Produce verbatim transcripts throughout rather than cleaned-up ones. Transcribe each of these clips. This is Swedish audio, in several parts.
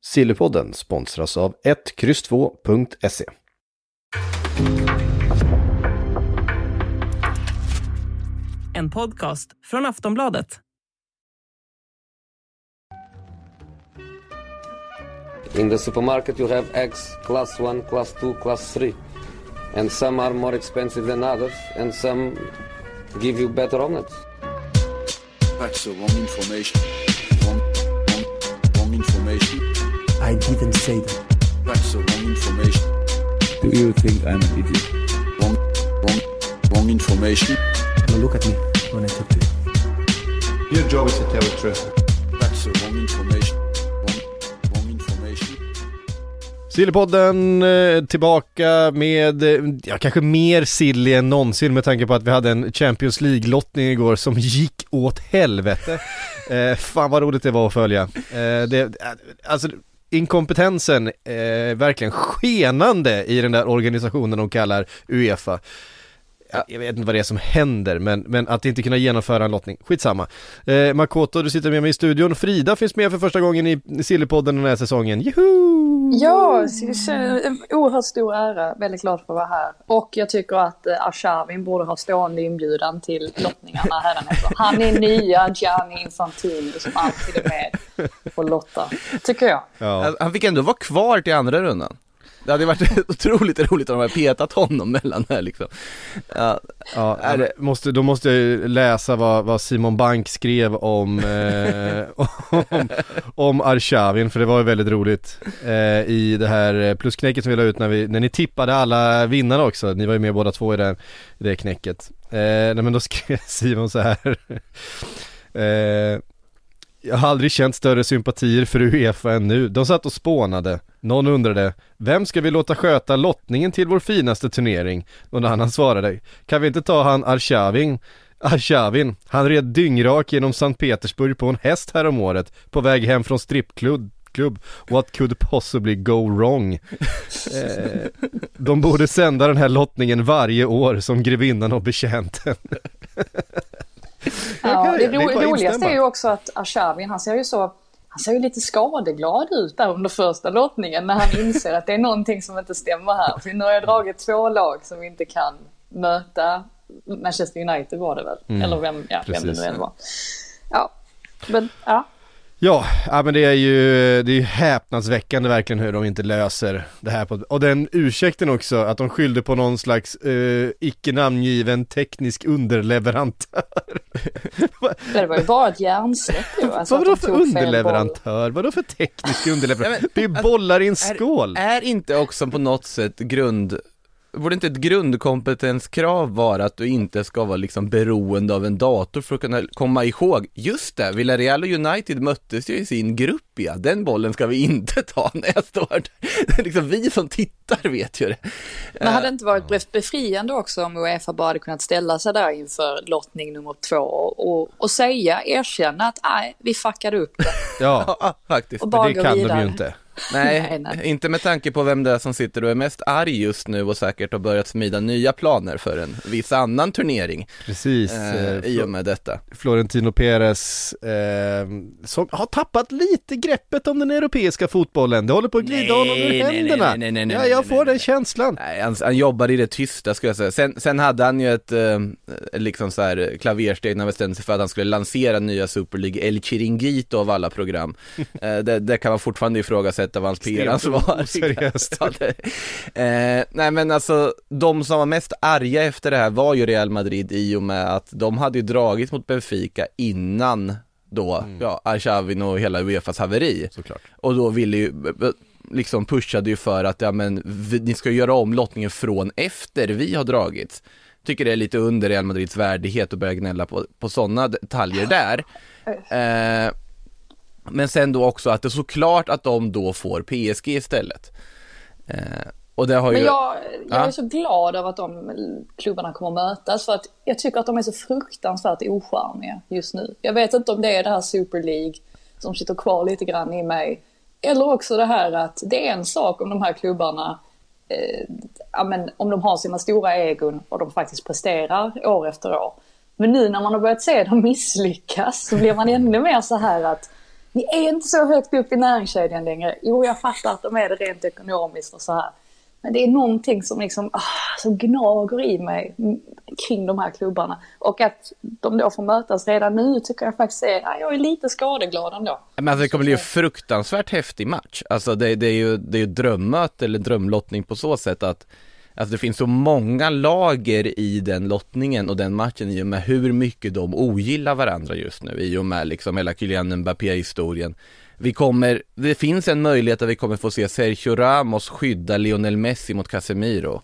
Sillypodden sponsras av ett kryss två punkt se. En podcast från Aftonbladet. In the supermarket you have eggs class one, class two, class three. And some are more expensive than others, and some give you better omelets. That's the wrong information. Wrong, wrong, wrong information. I didn't say that. That's the wrong information. Do you think I'm an idiot? Wrong, wrong, wrong information. Now look at me when I talk to you. Your job is to tell the truth. That's the wrong information. Wrong, wrong information. Sillypodden eh, tillbaka med eh, ja, kanske mer silly än någonsin med tanke på att vi hade en Champions League-lottning igår som gick åt helvete. Eh, fan vad roligt det var att följa. Eh, det, alltså inkompetensen eh, verkligen skenande i den där organisationen de kallar UEFA. Jag vet inte vad det är som händer, men, men att inte kunna genomföra en lottning, skitsamma. eh, Makoto, du sitter med mig i studion. Frida finns med för första gången i Sillypodden den här säsongen. Juhu! Ja, en oerhört stor ära. Väldigt glad för att vara här. Och jag tycker att eh, Arshavin borde ha stående inbjudan till lottningarna hädanefter. Han är nya Gianni Infantino som alltid är med på lotta, tycker jag. Ja. Han fick ändå vara kvar till andra rundan. Det hade varit otroligt roligt om de hade petat honom mellan här liksom. Ja, ja, är det, måste, då måste jag läsa vad, vad Simon Bank skrev om eh, om, om Arshavin, för det var ju väldigt roligt eh, i det här plusknäcket som vi la ut när, vi, när ni tippade alla vinnare också. Ni var ju med båda två i, den, i det knäcket. Eh, nej, men då skrev Simon så här. eh, Jag har aldrig känt större sympatier för UEFA än nu. De satt och spånade. Någon undrade, vem ska vi låta sköta lottningen till vår finaste turnering? Och när han svarade, kan vi inte ta han Arshavin? Arshavin, han red dyngrak genom Sankt Petersburg på en häst här om året på väg hem från strippklubb. Klubb. What could possibly go wrong? eh, de borde sända den här lottningen varje år som grevinnan och betjänten. Ja, det ro- det roligaste är ju också att Arshavin, han ser ju så han ser ju lite skadeglad ut där under första lottningen när han inser att det är någonting som inte stämmer här. För nu har jag dragit två lag som inte kan möta Manchester United, var det väl? Mm. Eller vem, ja, vem det nu än var. Ja, men ja. Ja, ja, men det är ju det är ju häpnadsväckande verkligen hur de inte löser det här på, och den ursäkten också att de skyllde på någon slags uh, icke namngiven teknisk underleverantör. Det var ju bara ett hjärnsläpp ju. Alltså vadå för underleverantör? Vadå för teknisk underleverantör? Ja, men, det är bollar i en skål. Är, är inte också på något sätt grund... Borde inte ett grundkompetenskrav vara att du inte ska vara liksom beroende av en dator för att kunna komma ihåg? Just det, Villarreal och United möttes ju i sin grupp, ja. Den bollen ska vi inte ta nästa år. Det är liksom vi som tittar vet ju det. Men hade det inte varit befriande också om UEFA bara hade kunnat ställa sig där inför lottning nummer två och, och säga, erkänna att nej, vi fuckade upp det. Ja, ja faktiskt. Och bara det kan de ju inte. Nej, nej, nej, inte med tanke på vem det är som sitter och är mest arg just nu och säkert har börjat smida nya planer för en viss annan turnering. Precis. Eh, I och med detta. Florentino Perez eh, som har tappat lite greppet om den europeiska fotbollen. Det håller på att glida honom ur händerna. Nej, nej, nej, nej, ja, jag nej, får nej, den nej. känslan. Nej, han, han jobbar i det tysta skulle jag säga. Sen, sen hade han ju ett eh, liksom så här klaversteg när han bestämde sig för att han skulle lansera nya Super League El Chiringuito av alla program. eh, det, det kan man fortfarande ifrågasätta vad hans P R var. Seriöst. Ja, det, eh, nej men alltså de som var mest arga efter det här var ju Real Madrid i och med att de hade ju dragit mot Benfica innan då, mm. ja, Arshavin och hela UEFAs haveri. Såklart. Och då ville ju liksom pushade ju för att ja men vi, ni ska göra om lottningen från efter vi har dragit. Tycker det är lite under Real Madrids värdighet att börja gnälla på, på sådana detaljer där. Eh, men sen då också att det är såklart att de då får P S G istället. Eh, och det har ju... Men jag, jag ja. är så glad över att de klubbarna kommer att mötas, för att jag tycker att de är så fruktansvärt ocharmiga just nu. Jag vet inte om det är det här Super League som sitter kvar lite grann i mig, eller också det här att det är en sak om de här klubbarna eh, ja, men, om de har sina stora egon och de faktiskt presterar år efter år. Men nu när man har börjat se dem misslyckas så blir man ännu mer så här att ni är inte så högt upp i näringskedjan längre. Jo, jag fattar att de är det rent ekonomiskt och så här. Men det är någonting som liksom ah, som gnager i mig kring de här klubbarna. Och att de då får mötas redan nu tycker jag faktiskt är, ah, jag är lite skadeglad ändå. Men alltså, det kommer bli en fruktansvärt häftig match. Alltså det, det är ju, det är ju drömmöte eller drömlottning på så sätt att alltså det finns så många lager i den lottningen och den matchen i och med hur mycket de ogillar varandra just nu i och med liksom hela Kylian Mbappé-historien. Vi kommer, det finns en möjlighet att vi kommer få se Sergio Ramos skydda Lionel Messi mot Casemiro.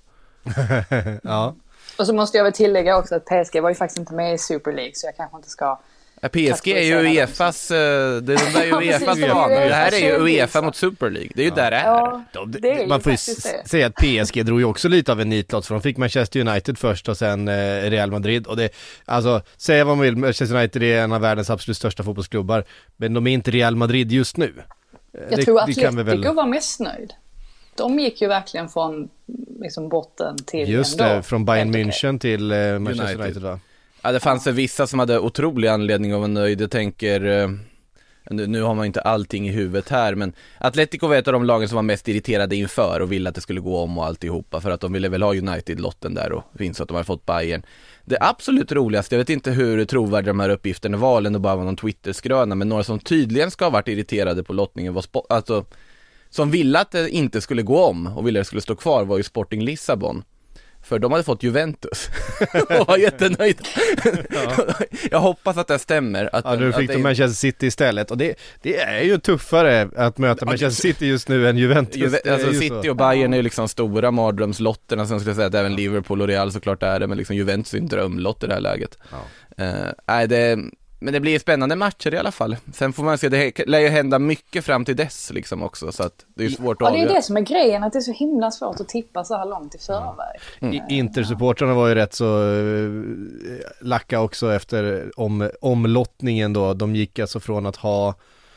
Ja. Och så måste jag väl tillägga också att P S G var ju faktiskt inte med i Super League så jag kanske inte ska... Ja, P S G är ju UEFAs, det, det är ju UEFAs plan. Det här är ju UEFA mot Super League. Det är ju ja. där det är. Ja, de, det är man får ju det. säga att P S G drog ju också lite av en nitlott för de fick Manchester United först och sen eh, Real Madrid och det, alltså säga vad man vill, Manchester United är en av världens absolut största fotbollsklubbar men de är inte Real Madrid just nu. Jag det, tror Atletico väl... var mest nöjd. De gick ju verkligen från liksom botten till just ändå. det, från Bayern München till eh, Manchester United, United va? Ja, det fanns vissa som hade otrolig anledning att vara nöjd. Jag tänker, eh, nu har man inte allting i huvudet här, men Atletico var ett av de lagen som var mest irriterade inför och ville att det skulle gå om och alltihopa för att de ville väl ha United-lotten där och finns att de har fått Bayern. Det absolut roligaste, jag vet inte hur trovärdiga de här uppgifterna var eller bara var någon Twitter-skröna, men några som tydligen ska ha varit irriterade på lottningen var spo- alltså, som ville att det inte skulle gå om och ville att det skulle stå kvar var ju Sporting Lissabon. För de hade fått Juventus och var jättenöjda. Ja. Jag hoppas att det stämmer. Att ja, nu fick de Manchester City istället. Och det, det är ju tuffare att möta Manchester City just nu än Juventus. Juve, alltså City så. Och Bayern är ju liksom stora mardrömslotterna. Sen skulle jag säga att även Liverpool och Real såklart är det. Men liksom Juventus är en drömlott i det här läget. Ja. Uh, nej, det... Men det blir spännande matcher i alla fall. Sen får man se, det lär ju hända mycket fram till dess liksom också. Så att det är svårt att avgöra. Ja, det är det som är grejen, att det är så himla svårt att tippa så här långt i förväg. Mm. Inter-supportrarna var ju rätt så uh, lacka också efter om, omlottningen då. De gick alltså från att ha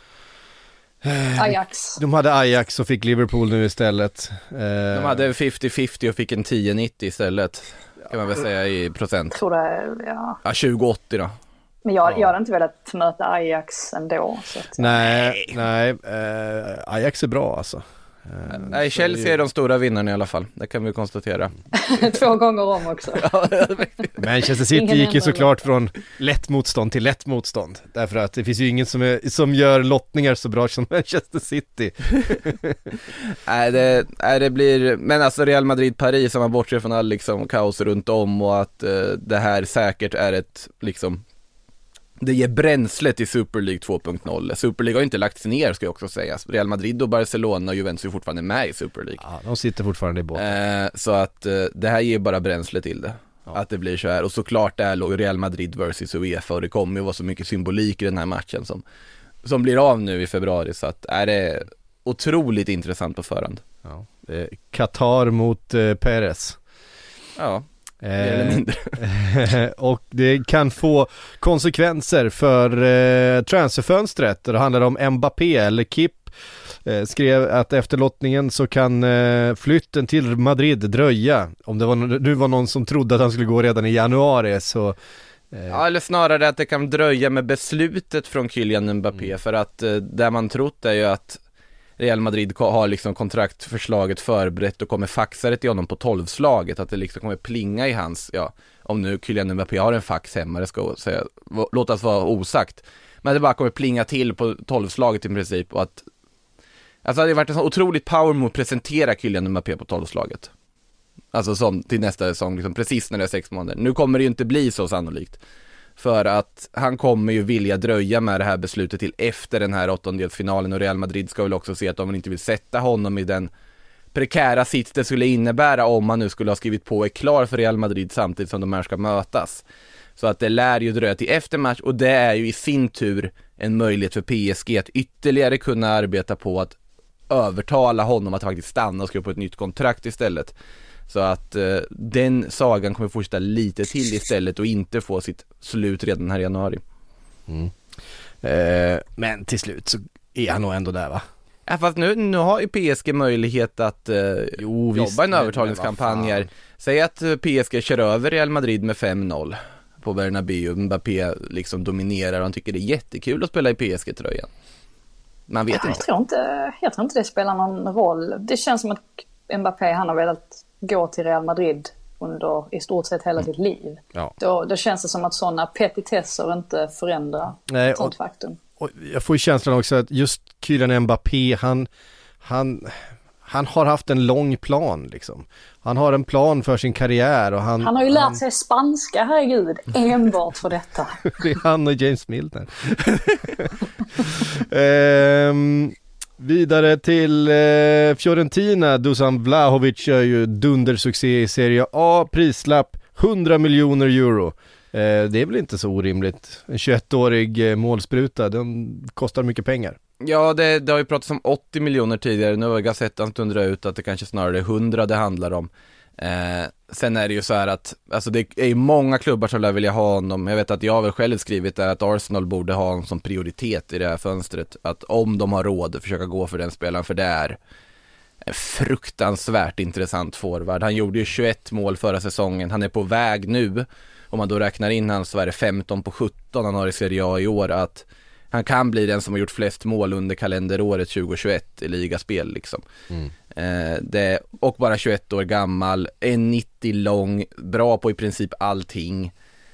uh, Ajax. De hade Ajax och fick Liverpool nu istället. Uh, de hade femtio femtio och fick en tio nittio istället. Kan man väl säga i procent. Jag tror det, ja. Ja, tjugo åttio då. Men jag, ja. jag hade inte velat möta Ajax ändå. Så att, nej, nej uh, Ajax är bra alltså. Uh, nej, Chelsea är de stora vinnarna i alla fall. Det kan vi konstatera. Två gånger om också. Manchester City gick ju såklart från lätt motstånd till lätt motstånd. Därför att det finns ju ingen som, är, som gör lottningar så bra som Manchester City. nej, det, nej, det blir... Men alltså Real Madrid-Paris som har bortsett från all liksom, kaos runt om och att uh, det här säkert är ett liksom... Det ger bränsle till Super League två punkt noll. Super League har inte lagts ner, ska jag också säga. Real Madrid och Barcelona och Juventus är fortfarande med i Super League. Ja, de sitter fortfarande i båten. Eh, så att eh, det här ger bara bränsle till det. Ja. Att det blir så här. Och såklart det är Real Madrid versus UEFA. Och det kommer ju vara så mycket symbolik i den här matchen som, som blir av nu i februari. Så att är det otroligt intressant på förhand. Ja. Eh, Qatar mot eh, Perez. Ja. Eh, och det kan få konsekvenser för eh, transferfönstret. Det handlar om Mbappé eller Kip eh, skrev att efter lottningen så kan eh, flytten till Madrid dröja. Om det var, nu var någon som trodde att han skulle gå redan i januari så eh. ja, eller snarare att det kan dröja med beslutet från Kylian Mbappé mm. för att eh, det man trott är ju att Real Madrid har liksom kontraktförslaget förberett och kommer faxa det till honom på tolvslaget, att det liksom kommer plinga i hans, ja, om nu Kylian Mbappé har en fax hemma, det ska säga, låt oss vara osagt, men det bara kommer plinga till på tolvslaget i princip och att, alltså det hade varit en så otroligt power move att presentera Kylian Mbappé på tolvslaget, alltså som till nästa säsong, liksom precis när det är sex månader. Nu kommer det ju inte bli så sannolikt. För att han kommer ju vilja dröja med det här beslutet till efter den här åttondelsfinalen. Och Real Madrid ska väl också se att de inte vill sätta honom i den prekära sits det skulle innebära om han nu skulle ha skrivit på och är klar för Real Madrid samtidigt som de här ska mötas. Så att det lär ju dröja till efter match. Och det är ju i sin tur en möjlighet för P S G att ytterligare kunna arbeta på att övertala honom att faktiskt stanna och skriva på ett nytt kontrakt istället. Så att eh, den sagan kommer fortsätta lite till istället och inte få sitt slut redan här i januari. Mm. Eh, men till slut så är han nog ändå där, va? Ja, fast nu, nu har ju P S G möjlighet att eh, jo, jobba visst, en övertagningskampanj här. Säg att P S G kör över Real Madrid med fem noll på Bernabéu. Mbappé liksom dominerar och han tycker det är jättekul att spela i P S G-tröjan. Man vet jag inte. Tror inte. Jag tror inte det spelar någon roll. Det känns som att Mbappé, han har velat gå till Real Madrid under i stort sett hela sitt liv. Ja. Då, då känns det som att sådana petitesser inte förändrar Nej, ett sånt och, faktum. och jag får ju känslan också att just Kylian Mbappé, han, han, han har haft en lång plan liksom. Han har en plan för sin karriär och han... Han har ju lärt han, sig spanska, herregud, enbart för detta. Det är han och James Milner. ehm, vidare till eh, Fiorentina. Dusan Vlahovic gör ju dundersuccé i Serie A. Prislapp hundra miljoner euro. Eh, det är väl inte så orimligt. En tjugoettårig eh, målspruta, den kostar mycket pengar. Ja, det, det har ju pratats om åttio miljoner tidigare. Nu har Gazettan undrat ut att det kanske snarare är hundra det handlar om. Eh, sen är det ju så här att alltså det är ju många klubbar som lär vilja ha honom. Jag vet att jag har väl själv skrivit där att Arsenal borde ha honom som prioritet i det här fönstret. Att om de har råd försöka gå för den spelaren, för det är en fruktansvärt intressant forward. Han gjorde ju tjugoett mål förra säsongen. Han är på väg nu, om man då räknar in hans, så är det femton på sjutton han har i Serie A i år, att han kan bli den som har gjort flest mål under kalenderåret tjugohundratjugoett i ligaspel liksom. Mm. Eh, det, och bara tjugoett år gammal, en nittio lång, bra på i princip allting.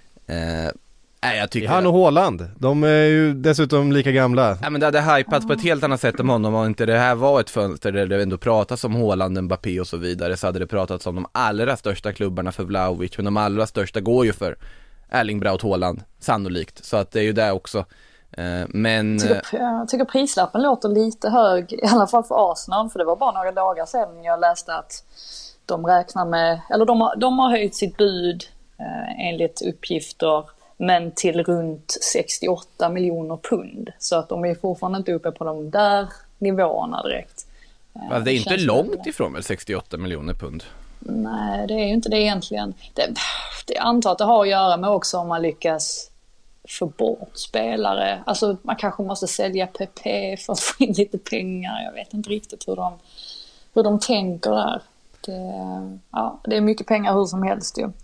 Eh, nej, jag tycker han och Haaland, de är ju dessutom lika gamla. Ja, men det hade hypats på ett helt annat sätt om honom. Om inte det här var ett fönster där det ändå pratas om Haaland, Mbappé och så vidare, så hade det pratats om de allra största klubbarna för Vlahovic. Men de allra största går ju för Erling Braut Haaland, sannolikt. Så att det är ju det också. Men... Jag tycker, jag tycker prislappen låter lite hög, i alla fall för Arsenal, för det var bara några dagar sedan jag läste att de räknar med, eller de har, de har höjt sitt bud eh, enligt uppgifter, men till runt sextioåtta miljoner pund, så att de är fortfarande inte uppe på de där nivåerna direkt. Eh, det är inte långt ifrån väl sextioåtta miljoner pund? Nej, det är ju inte det egentligen. Det, det antar att det har att göra med också om man lyckas få bort spelare. Alltså man kanske måste sälja P P för att få in lite pengar. Jag vet inte riktigt hur de, hur de tänker där. Det, ja, det är mycket pengar hur som helst ju.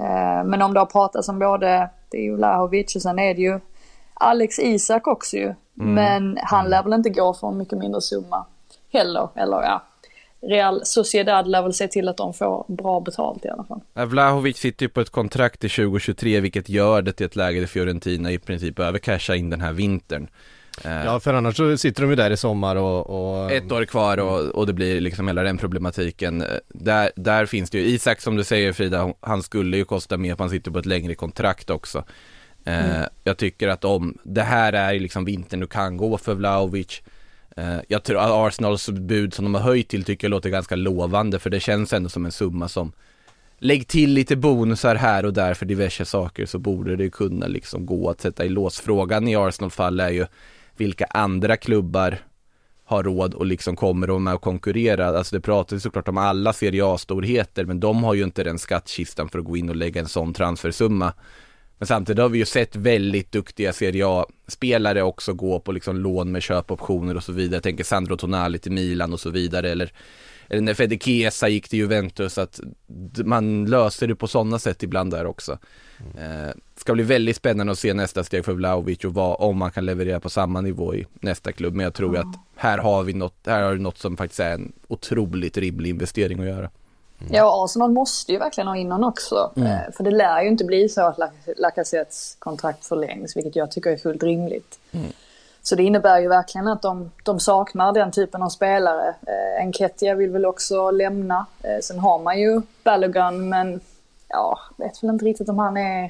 Men om det har pratats om både, det är ju Vlahovic och sen är det ju Alex Isak också ju. Mm. Men han lär väl inte gå för en mycket mindre summa heller. Eller ja, Real Sociedad lär väl se till att de får bra betalt i alla fall. Vlahovic sitter ju på ett kontrakt i tjugohundratjugotre, vilket gör det till ett läge där Fiorentina i princip behöver casha in den här vintern. Ja, för annars så sitter de ju där i sommar och... och... Ett år kvar och, och det blir liksom hela den problematiken. Där, där finns det ju, Isak som du säger Frida, han skulle ju kosta mer, han sitter på ett längre kontrakt också. Mm. Jag tycker att om det här är liksom vintern du kan gå för Vlahovic. Jag tror att Arsenals bud som de har höjt till tycker jag låter ganska lovande, för det känns ändå som en summa som, lägg till lite bonusar här och där för diverse saker, så borde det kunna liksom gå att sätta i lås. Frågan i Arsenal-fall är ju vilka andra klubbar har råd och liksom kommer de med att konkurrera. Alltså det pratas såklart om alla Serie A-storheter, men de har ju inte den skattkistan för att gå in och lägga en sån transfersumma. Men samtidigt har vi ju sett väldigt duktiga Serie A-spelare också gå på liksom lån med köpoptioner och så vidare. Jag tänker Sandro Tonali till Milan och så vidare. Eller, eller när Fede Chiesa gick till Juventus. Att man löser det på sådana sätt ibland där också. Mm. Eh, ska bli väldigt spännande att se nästa steg för Vlahovic och vad, om man kan leverera på samma nivå i nästa klubb. Men jag tror mm. att här har vi något, här har vi något som faktiskt är en otroligt rimlig investering att göra. Mm. Ja, Arsenal måste ju verkligen ha in någon också. Mm. För det lär ju inte bli så att Lacazettes kontrakt förlängs, vilket jag tycker är fullt rimligt. Mm. Så det innebär ju verkligen att de, de saknar den typen av spelare. Eh, Enketia vill väl också lämna. Eh, sen har man ju Balogun, men ja, vet väl inte riktigt om han är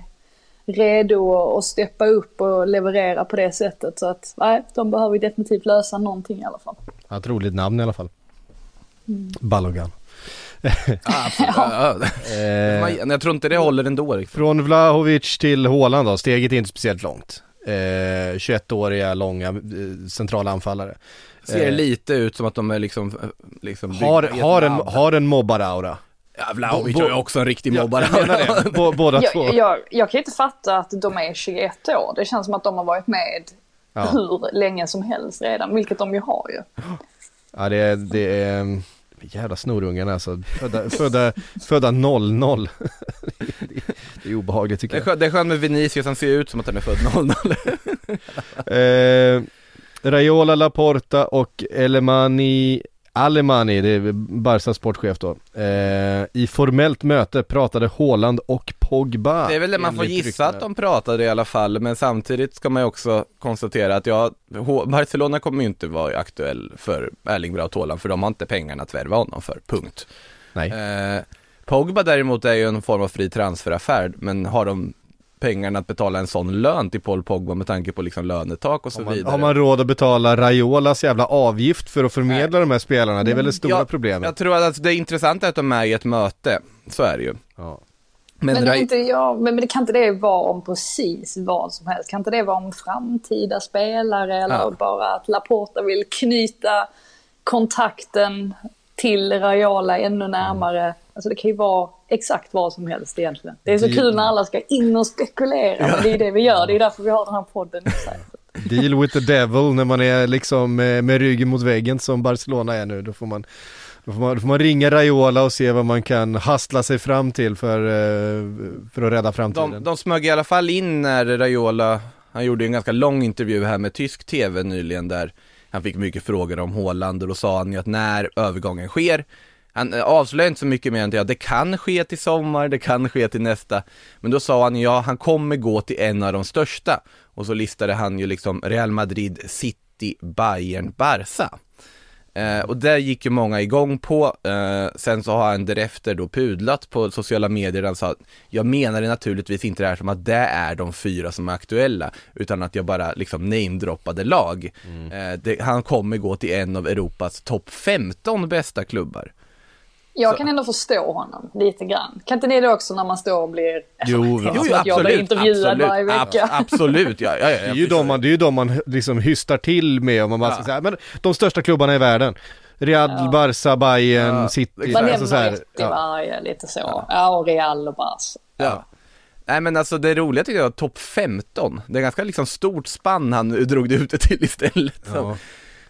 redo att steppa upp och leverera på det sättet. Så att nej, de behöver ju definitivt lösa någonting i alla fall. Ja, ett roligt namn i alla fall. Mm. Balogun. Ja. Men jag tror inte det håller ändå. Från Vlahovic till Haaland då, steget är inte speciellt långt. eh, tjugoett-åriga långa eh, centrala anfallare. Ser eh, lite ut som att de är liksom, liksom har, har, en, har en mobbar-aura. Ja, Vlahovic är också en riktig mobbare. Ja, båda jag, två. Jag, jag, jag kan inte fatta att de är tjugoett år. Det känns som att de har varit med ja. hur länge som helst redan, vilket de ju har ju. Ja, det är, det är jävla snorungarna alltså. Födda, födda, födda noll noll. det, det är obehagligt tycker jag. Det är skönt med Vinicius, han ser ut som att han är född noll noll. eh, Raiola, Laporta och Elemani Alemani, det är Barça sportchef då. Eh, I formellt möte pratade Haaland och Pogba. Det är väl det man får gissa att de pratade i alla fall, men samtidigt ska man ju också konstatera att ja, Barcelona kommer ju inte vara aktuell för Erling Braut Haaland, för de har inte pengarna att värva honom för, punkt. Nej. Eh, Pogba däremot är ju en form av fri transferaffär, men har de pengarna att betala en sån lön till Paul Pogba med tanke på liksom lönetak och så har man, vidare? Har man råd att betala Raiolas jävla avgift för att förmedla Nej. de här spelarna? Det är väl det stora jag, problemet. Jag tror att alltså, det är intressant att de är i ett möte, så är det ju. Ja. Men, men, Rai- inte, ja, men, men det kan inte det vara om precis vad som helst? Kan inte det vara om framtida spelare eller Ja. bara att Laporta vill knyta kontakten till Raiola ännu närmare? Mm. Alltså det kan ju vara exakt vad som helst egentligen. Det är så Deal. kul när alla ska in och spekulera, men det är det vi gör. Det är därför vi har den här podden. Deal with the devil, när man är liksom med, med ryggen mot väggen som Barcelona är nu. Då får man, då får man, då får man ringa Raiola och se vad man kan hastla sig fram till för, för att rädda framtiden. De, de smög i alla fall in när Raiola, han gjorde en ganska lång intervju här med tysk tv nyligen där han fick mycket frågor om Haaland, och då sa han ju att när övergången sker, han avslöjade inte så mycket mer än att ja, det kan ske till sommar, det kan ske till nästa, men då sa han ja, han kommer gå till en av de största, och så listade han ju liksom Real Madrid, City, Bayern, Barça. Eh, och där gick ju många igång på. Eh, sen så har han därefter då pudlat på sociala medier. Han sa att jag menar det naturligtvis inte det här som att det är de fyra som är aktuella, utan att jag bara liksom namedroppade lag. Mm. Eh, det, han kommer gå till en av Europas topp femton bästa klubbar. Jag Så. kan ändå förstå honom lite grann. Kan inte ni det också när man står och blir... Jo, jo, jo, jo jag blir intervjuad absolut, varje vecka. ab- absolut, ja, ja, ja, Det är ju de man, det är ju de man liksom hystar till med, om man bara ska säga, men de största klubbarna i världen. Real, Ja. Barça, Bayern, Ja. City. Man alltså nämner så här, ett i ja. varje, lite så. Ja, ja och Real och Barça. Ja. Nej men alltså det roliga tycker jag är topp femton. Det är ganska liksom stort spann han drog det ut det till istället. Ja.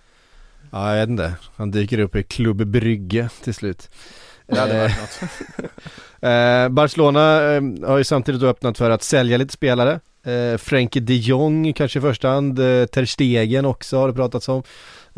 Ja, jag vet inte. Han dyker upp i Klubb Brygge till slut. Det hade varit något. eh, Barcelona eh, har ju samtidigt öppnat för att sälja lite spelare. Eh, Frenkie de Jong kanske i första hand. Eh, Ter Stegen också har det pratats om.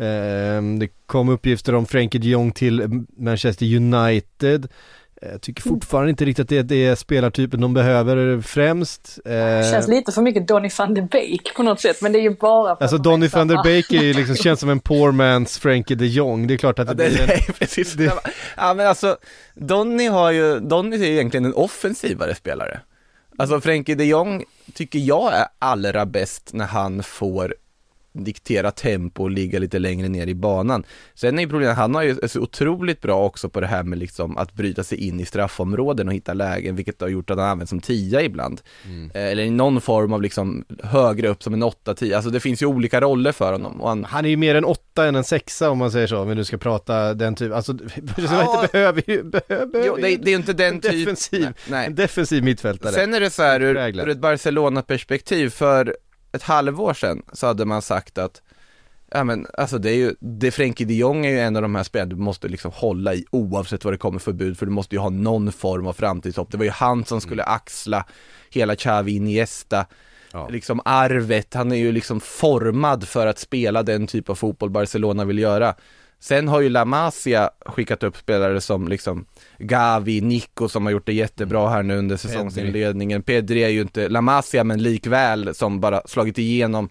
Eh, det kom uppgifter om Frenkie de Jong till Manchester United. Jag tycker fortfarande inte riktigt att det, det är spelartypen de behöver främst. Det känns lite för mycket Donny van de Beek på något sätt, men det är ju bara för Alltså att de Donny är van der samma. Beek är ju liksom, känns som en poor man's Frenkie de Jong. Det är klart att Ja, det, det, blir en, det är precis det. Ja men alltså Donny har ju Donny är egentligen en offensivare spelare. Alltså Frenkie de Jong tycker jag är allra bäst när han får diktera tempo och ligga lite längre ner i banan. Sen är ju problemet, han har ju så otroligt bra också på det här med liksom att bryta sig in i straffområden och hitta lägen, vilket har gjort att han används som tia ibland. Mm. Eller i någon form av liksom högre upp som en åtta tio. Alltså det finns ju olika roller för honom. Och han... han är ju mer en åtta än en sexa om man säger så, om vi nu ska prata den typ. Alltså Ja. inte behöver ju behöver Jo, det, det är ju inte den en typ defensiv, nej. en defensiv mittfältare. Sen är det så här ur, Präglad. ur ett Barcelona-perspektiv, för ett halvår sedan så hade man sagt att ja men alltså det är ju, det Frenkie de Jong är ju en av de här spelarna du måste liksom hålla i oavsett vad det kommer för bud, för du måste ju ha någon form av framtidshopp. Det var ju han som skulle axla hela Xavi Iniesta, ja. liksom arvet, han är ju liksom formad för att spela den typ av fotboll Barcelona vill göra. Sen har ju La Masia skickat upp spelare som liksom Gavi, Nico som har gjort det jättebra här nu under säsongsinledningen. Pedri är ju inte La Masia men likväl som bara slagit igenom.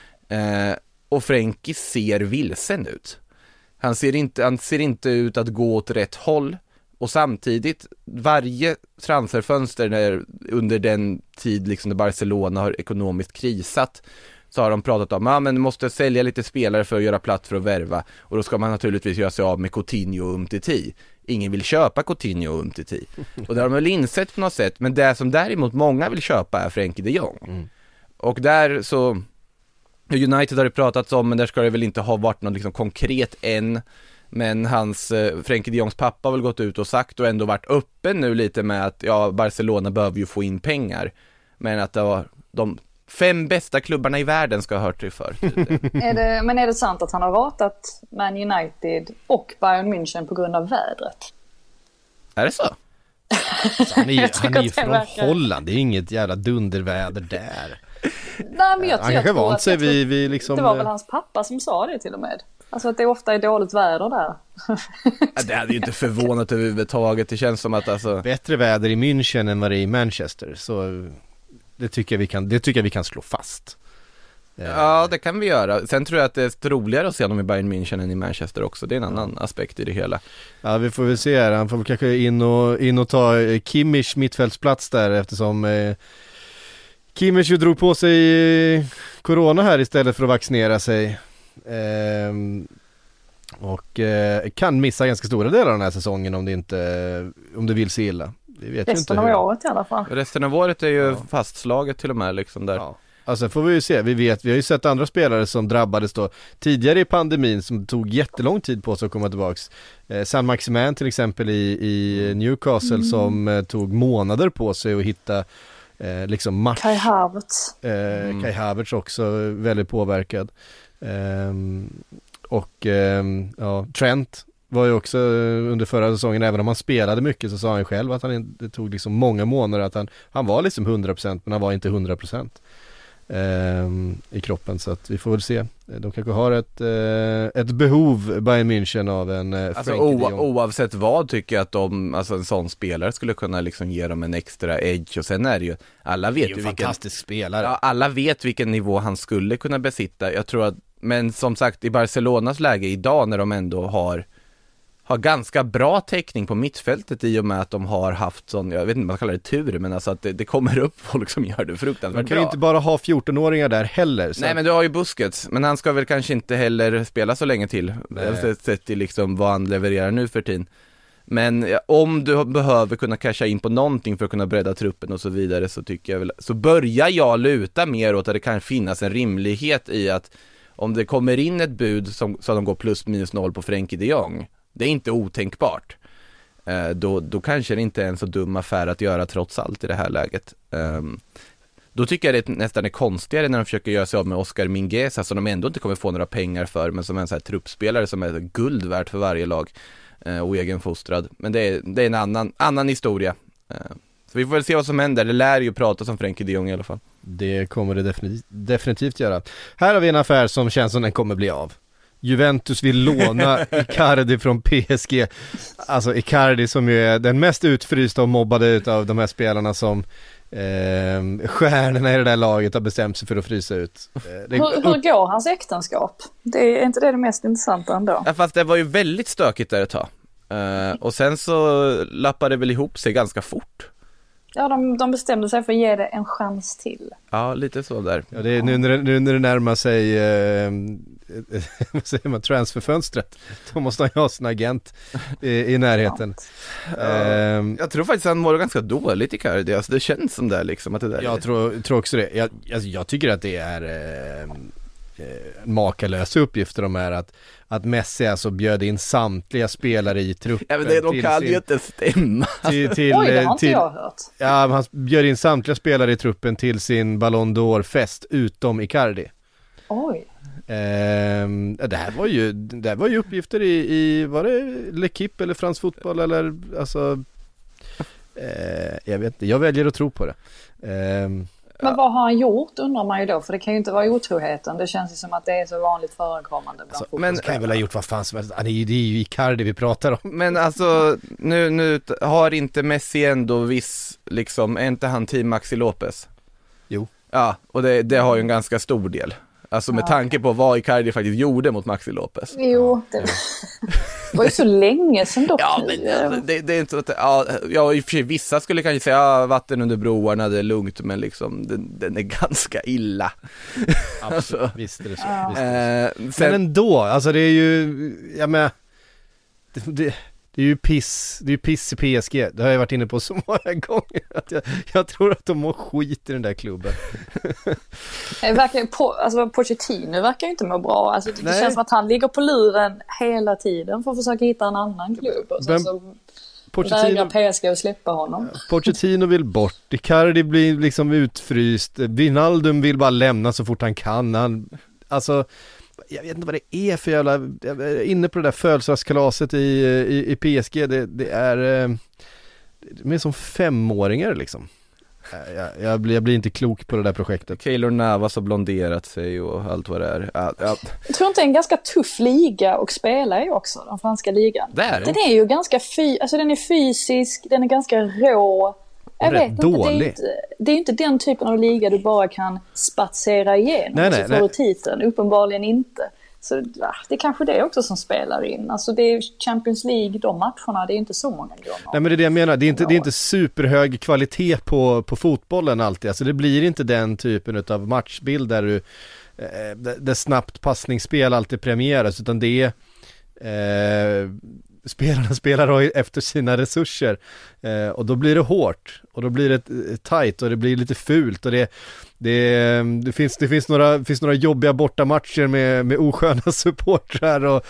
Eh, och Frenkie ser vilsen ut. Han ser inte, han ser inte ut att gå åt rätt håll. Och samtidigt, varje transferfönster när, under den tid liksom när Barcelona har ekonomiskt krisat, så har de pratat om att ah, men måste sälja lite spelare för att göra plats för att värva. Och då ska man naturligtvis göra sig av med Coutinho och Umtiti. Ingen vill köpa Coutinho och Umtiti. Och det har de väl insett på något sätt. Men det som däremot många vill köpa är Frenkie de Jong. Mm. Och där så... United har det pratats om, men där ska det väl inte ha varit något liksom konkret än. Men hans, eh, Frenkie de Jongs pappa har väl gått ut och sagt och ändå varit öppen nu lite med att ja, Barcelona behöver ju få in pengar. Men att det var de fem bästa klubbarna i världen ska ha hört det för. är det, men är det sant att han har ratat Man United och Bayern München på grund av vädret? Är det så? Alltså, han är ju han är ju från verkar... Holland, det är inget jävla dunderväder där. Nej, men jag, Han jag kanske tror vant att sig jag tror- vi, vi liksom... Det var väl hans pappa som sa det till och med. Alltså att det ofta är dåligt väder där. Ja, det hade ju inte förvånat överhuvudtaget. Det känns som att alltså... Bättre väder i München än vad det är i Manchester. Så det tycker jag vi kan, det tycker jag vi kan slå fast. Ja, det kan vi göra. Sen tror jag att det är roligare att se honom i Bayern München än i Manchester också. Det är en annan aspekt i det hela. Ja, vi får väl se här. Han får väl kanske in och, in och ta eh, Kimmich mittfältsplats där, eftersom eh, Kimmich ju drog på sig eh, corona här istället för att vaccinera sig. Ehm, och eh, kan missa ganska stora delar av den här säsongen om det inte om det vill se illa. Vi vet ju inte Resten av hur. året i alla fall. Resten av året är ju fastslaget till och med liksom där. Ja. Alltså får vi ju se, vi vet, vi har ju sett andra spelare som drabbades då tidigare i pandemin som tog jättelång tid på sig att komma tillbaks. Eh, San Maximan till exempel i, i Newcastle mm. som eh, tog månader på sig att hitta eh, liksom match. Kai Havertz. Eh, Mm. Kai Havertz också väldigt påverkad. Ehm, och ehm, ja, Trent var ju också under förra säsongen, även om han spelade mycket så sa han själv att han, det tog liksom många månader att han, han var liksom hundra procent men han var inte hundra procent. Um, i kroppen, så att vi får väl se. De kanske har ett, uh, ett behov Bayern München av en uh, Alltså Frenkie de o- Jong. oavsett vad tycker jag att de, alltså en sån spelare skulle kunna liksom ge dem en extra edge. Och sen är det ju, alla vet Det är ju ju en vilken, fantastisk spelare. ja, alla vet vilken nivå han skulle kunna besitta. Jag tror att, men som sagt i Barcelonas läge idag när de ändå har har ganska bra täckning på mittfältet i och med att de har haft sån, jag vet inte vad man kallar det, tur, men alltså att det, det kommer upp folk som gör det fruktansvärt Man kan bra. ju inte bara ha fjorton-åringar där heller. Så Nej, men du har ju Busquets, men han ska väl kanske inte heller spela så länge till. Sett sett till liksom vad han levererar nu för tiden. Men ja, om du behöver kunna casha in på någonting för att kunna bredda truppen och så vidare, så tycker jag väl, så börjar jag luta mer åt att det kan finnas en rimlighet i att om det kommer in ett bud som, så att de går plus minus noll på Frenkie de Jong, det är inte otänkbart. Eh, då, då kanske det inte är en så dum affär att göra trots allt i det här läget. Um, Då tycker jag det nästan är konstigare när de försöker göra sig av med Oscar Mingueza som de ändå inte kommer få några pengar för, men som är en sån här truppspelare som är guld värt för varje lag eh, och egenfostrad. Men det är, det är en annan, annan historia. Eh, så vi får väl se vad som händer. Det lär ju prata som Frenkie de Jong i alla fall. det kommer det definitivt, definitivt göra. Här har vi en affär som känns som den kommer bli av. Juventus vill låna Icardi från P S G. Alltså Icardi som ju är den mest utfrysta och mobbade utav de här spelarna som eh, stjärnorna i det där laget har bestämt sig för att frysa ut. Eh, det, Hur, hur går hans äktenskap? Det är inte det det mest intressanta ändå. Ja, fast det var ju väldigt stökigt där ett tag. Uh, och sen så lappade det väl ihop sig ganska fort. Ja, de, de bestämde sig för att ge det en chans till. Ja, lite så där. ja, det är nu när det, nu när det närmar sig eh, vad säger man, transferfönstret, då måste han ju ha sin agent i, i närheten. Uh, jag tror faktiskt han mår ganska dåligt i Icardi. Alltså, det känns som det liksom att det där. Jag tror, tror också det. Jag, alltså, jag tycker att det är eh, eh, makalösa uppgifter de är att, att Messi alltså bjöd in samtliga spelare i truppen. Ja, men det, de till kan sin, ju inte stämma. Till, till, Oj, det har inte till, jag hört. ja, han bjöd in samtliga spelare i truppen till sin Ballon d'Or-fest utom Icardi. Oj. Ehm, det här var ju det här var ju uppgifter i, i var det L'Equipe eller Fransk Fotboll eller alltså eh, jag vet inte, jag väljer att tro på det. Ehm, Men vad har han gjort undrar man ju då, för det kan ju inte vara otroheten. Det känns ju som att det är så vanligt förekommande bland alltså, men- men kan jag väl ha gjort vad fan som helst. Ah, det är ju det är ju Icardi vi pratar om. Men alltså, nu, nu har inte Messi ändå viss, liksom, är inte han team Maxi Lopez? Jo. Ja, och det, det har ju en ganska stor del. Alltså med Ja, tanke på vad Icardi faktiskt gjorde mot Maxi Lopez. Jo, det var ju så länge sedan dock. Ja, nu. men alltså, det, det är inte så att, ja, ja, i och för sig, vissa skulle kanske säga, ja, vatten under broarna, det är lugnt, men liksom, den, den är ganska illa. Absolut, visst är det så. Ja. Visst är det så. Eh, sen, Men ändå, alltså det är ju, jag menar, det, det, det är ju piss, det är ju piss i P S G. Det har jag varit inne på så många gånger att jag, jag tror att de mår skit i den där klubben. Det verkar, po, alltså Pochettino verkar ju inte må bra. Alltså, det Nej. känns som att han ligger på luren hela tiden för att försöka hitta en annan klubb. Och sen Men så vägrar Pochettino, P S G att släppa honom. Pochettino vill bort, Icardi blir liksom utfryst, Wijnaldum vill bara lämna så fort han kan. Han, alltså, jag vet inte vad det är för jävla, jag är inne på det där födelsedagskalaset i, i, i P S G, det, det är, eh, de är som femåringar liksom. Jag, jag, blir, jag blir inte klok på det där projektet. Keylor Navas har blonderat sig och allt vad det är. Ja, ja. Jag tror inte det är en ganska tuff liga att spela i också, den franska ligan. Där. Den är ju ganska fy, alltså den är fysisk, den är ganska rå. Jag vet inte, det är inte, det är inte den typen av liga du bara kan spatsera igenom. Nej, nej, så får du titeln, uppenbarligen inte. Så ja, det är kanske det också som spelar in. Alltså det är Champions League, de matcherna, det är inte så många gånger. Nej, men det är det jag menar, det är inte, det är inte superhög kvalitet på, på fotbollen alltid. Alltså det blir inte den typen av matchbild där du eh, där snabbt passningsspel alltid premieras, utan det är eh, spelarna spelar efter sina resurser eh, och då blir det hårt och då blir det tight och det blir lite fult och det Det, det, finns, det finns, några, finns några jobbiga bortamatcher med, med osköna supportrar och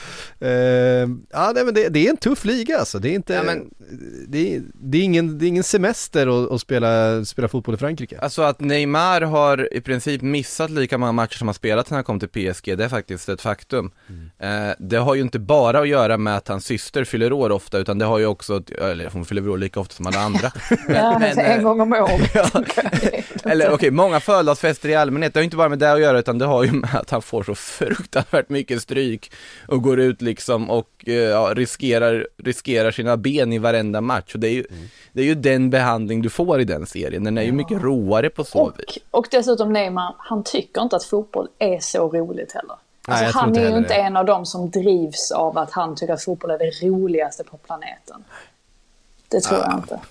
eh, ja, nej, men det, det är en tuff liga alltså. Det är inte ja, men, det, är, det, är ingen, det är ingen semester att, att spela, spela fotboll i Frankrike. Alltså att Neymar har i princip missat lika många matcher som han spelat när han kom till P S G, det är faktiskt ett faktum. Mm. Eh, det har ju inte bara att göra med att hans syster fyller år ofta, utan det har ju också, eller hon fyller år lika ofta som alla andra. Ja, men, en gång om året. Ja, eller okej, okay, många födelsedagsfester i allmänhet, det har inte bara med det att göra, utan det har ju med att han får så fruktansvärt mycket stryk och går ut liksom och ja, riskerar, riskerar sina ben i varenda match, och det är ju, mm. det är ju den behandling du får i den serien, den är ju mycket roare på så och, vis. Och dessutom Neymar, han tycker inte att fotboll är så roligt heller. Alltså, Nej, han är ju inte det. en av dem som drivs av att han tycker att fotboll är det roligaste på planeten. Det tror ah. jag inte.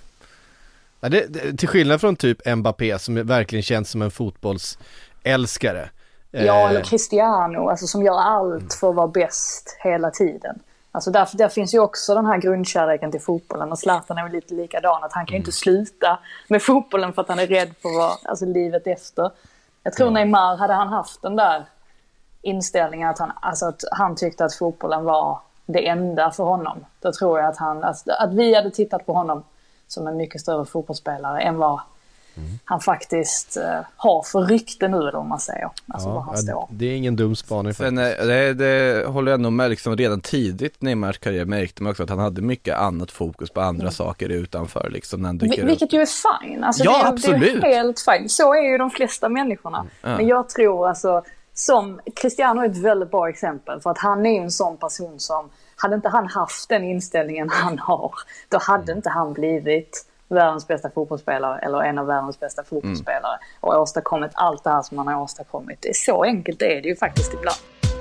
Ja, det, det, till skillnad från typ Mbappé som verkligen känns som en fotbollsälskare. Ja, eh. eller Cristiano, alltså, som gör allt för att vara bäst hela tiden. Alltså där, där finns ju också den här grundkärleken till fotbollen, och Zlatan är ju lite likadan, att han kan ju inte sluta med fotbollen för att han är rädd för vad, alltså, livet efter. Jag tror ja. Neymar, hade han haft den där inställningen att han, alltså, att han tyckte att fotbollen var det enda för honom, då tror jag att, han, alltså, att vi hade tittat på honom som en mycket större fotbollsspelare än vad mm. han faktiskt uh, har för rykte nu, eller om man säger. Alltså, ja, han står. Det är ingen dum spaning. Sen, det, det håller jag nog med, liksom, redan tidigt Neymars karriär märkte man också att han hade mycket annat fokus på andra mm. saker utanför. Liksom, när han dyker Vil- vilket upp. ju är fine. Alltså, ja, det, är, absolut. det är helt fine. Så är ju de flesta människorna. Mm. Ja. Men jag tror alltså, som Cristiano är ett väldigt bra exempel, för att han är en sån person som, hade inte han haft den inställningen han har, då hade mm. inte han blivit världens bästa fotbollsspelare eller en av världens bästa fotbollsspelare mm. och åstadkommit allt det här som han har åstadkommit. Det är så enkelt det är det ju faktiskt ibland.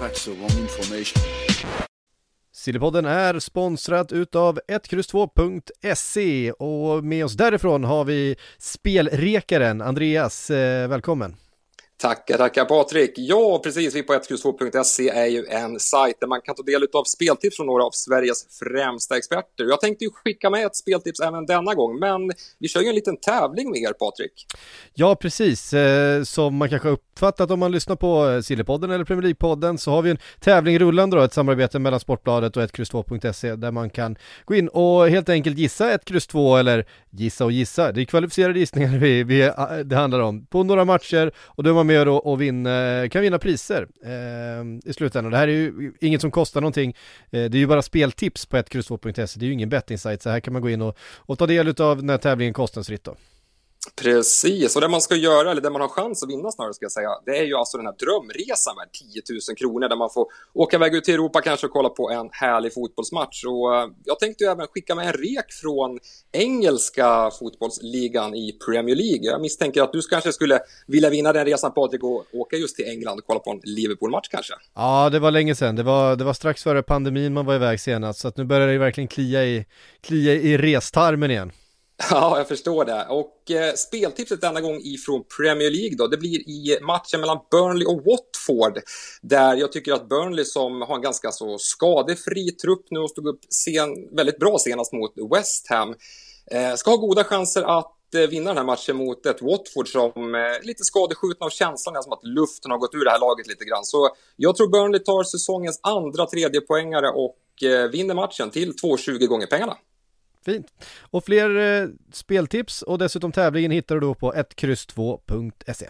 Sillypodden är sponsrad utav ett kryss två punkt se och med oss därifrån har vi spelrekaren Andreas. Eh, välkommen. Tackar, tackar Patrik. Ja, precis. Vi på ett kryss två punkt se är ju en sajt där man kan ta del av speltips från några av Sveriges främsta experter. Jag tänkte ju skicka med ett speltips även denna gång, men vi kör ju en liten tävling med er, Patrik. Ja, precis. Eh, som man kanske har uppfattat om man lyssnar på Sillypodden eller Premier League-podden, så har vi en tävling rullande då, ett samarbete mellan Sportbladet och ett kryss två punkt se där man kan gå in och helt enkelt gissa ett kryss två, eller gissa och gissa. Det är kvalificerade gissningar vi, vi, det handlar om på några matcher, och då är man med och, och vinna, kan vinna priser eh, i slutändan. Det här är ju inget som kostar någonting. Eh, det är ju bara speltips på ett kryss två punkt se. Det är ju ingen betting-sajt, så här kan man gå in och, och ta del av den här tävlingen kostnadsfritt då. Precis, och det man ska göra, eller det man har chans att vinna snarare ska jag säga, det är ju alltså den här drömresan med tio tusen kronor där man får åka iväg ut till Europa kanske och kolla på en härlig fotbollsmatch. Och uh, jag tänkte ju även skicka med en rek från engelska fotbollsligan i Premier League. Jag misstänker att du kanske skulle vilja vinna den resan, Patrik, och åka just till England och kolla på en Liverpool-match kanske. Ja, det var länge sedan. Det var, det var strax före pandemin man var iväg senast, så att nu börjar det verkligen klia i, klia i restarmen igen. Ja, jag förstår det. Och eh, speltipset denna gång ifrån Premier League då, det blir i matchen mellan Burnley och Watford, där jag tycker att Burnley, som har en ganska så skadefri trupp nu och stod upp sen, väldigt bra senast mot West Ham, eh, ska ha goda chanser att eh, vinna den här matchen mot ett Watford som är eh, lite skadeskjuten av känslan, är som att luften har gått ur det här laget lite grann. Så jag tror Burnley tar säsongens andra tredje poängare och eh, vinner matchen till två komma tjugo gånger pengarna. Fint. Och fler eh, speltips och dessutom tävlingen hittar du då på ett kryss två punkt se.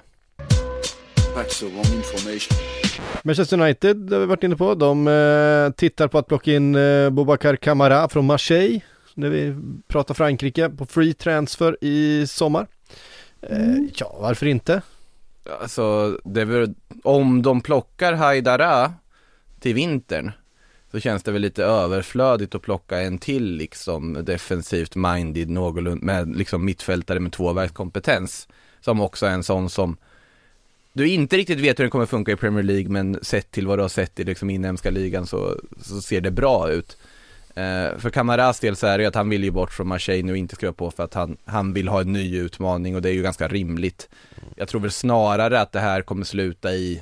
Manchester United har vi varit inne på. De eh, tittar på att plocka in eh, Boubacar Kamara från Marseille när vi pratar Frankrike på free transfer i sommar. Mm. Eh, ja, varför inte? Alltså, det är väl, om de plockar Haidara till vintern så känns det väl lite överflödigt att plocka en till liksom defensivt minded någorlunda med liksom mittfältare med tvåvägskompetens som också är en sån som du inte riktigt vet hur den kommer funka i Premier League, men sett till vad du har sett i liksom inhemska ligan så, så ser det bra ut. Eh, för Camaras del så är det att han vill ju bort från Marseille och inte skriva på för att han, han vill ha en ny utmaning, och det är ju ganska rimligt. Jag tror väl snarare att det här kommer sluta i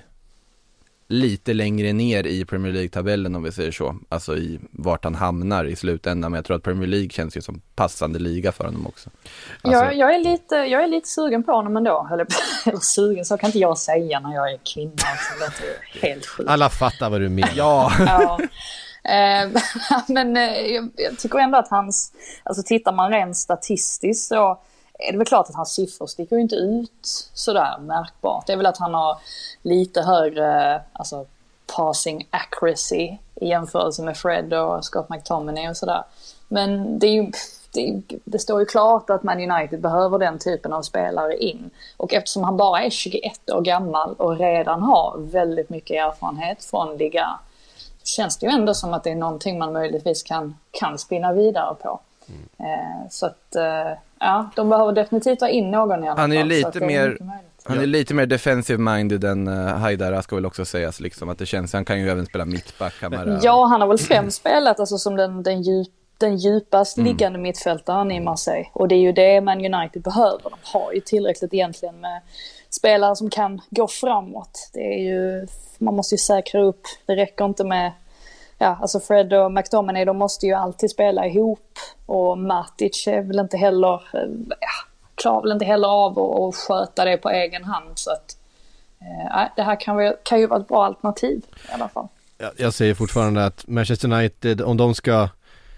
lite längre ner i Premier League-tabellen, om vi säger så. Alltså i vart han hamnar i slutändan. Men jag tror att Premier League känns ju som passande liga för honom också. Alltså... Jag, jag, är lite, jag är lite sugen på honom ändå. Eller, eller sugen, så kan inte jag säga när jag är kvinna. Alltså, det är helt sjukt. Alla fattar vad du menar. Ja. Ja. Eh, men eh, jag, jag tycker ändå att hans... Alltså tittar man rent statistiskt så är det väl klart att hans siffror sticker ju inte ut sådär märkbart. Det är väl att han har lite högre alltså, passing accuracy i jämförelse med Fred och Scott McTominay och sådär. Men det, är ju, det, det står ju klart att Man United behöver den typen av spelare in. Och eftersom han bara är tjugoett år gammal och redan har väldigt mycket erfarenhet från liga, känns det ju ändå som att det är någonting man möjligtvis kan, kan spinna vidare på. Mm. Eh, så att... Eh, Ja, de behöver definitivt ta in någon i alla fall. Han är lite är mer han är lite mer defensive minded än uh, Haidara, ska väl också sägas liksom, att det känns, han kan ju även spela mittback. Kamara. Ja, han har väl främst spelat alltså, som den, den, djup, den djupast mm. liggande mittfältaren i Marseille. Och det är ju det Man United behöver. De har ju tillräckligt egentligen med spelare som kan gå framåt. Det är ju, man måste ju säkra upp. Det räcker inte med... Ja, alltså Fred och McTominay, de måste ju alltid spela ihop, och Matic är väl inte heller ja, klarar väl inte heller av att, att sköta det på egen hand, så att eh, det här kan, väl, kan ju vara ett bra alternativ i alla fall. Jag, jag säger fortfarande att Manchester United, om de ska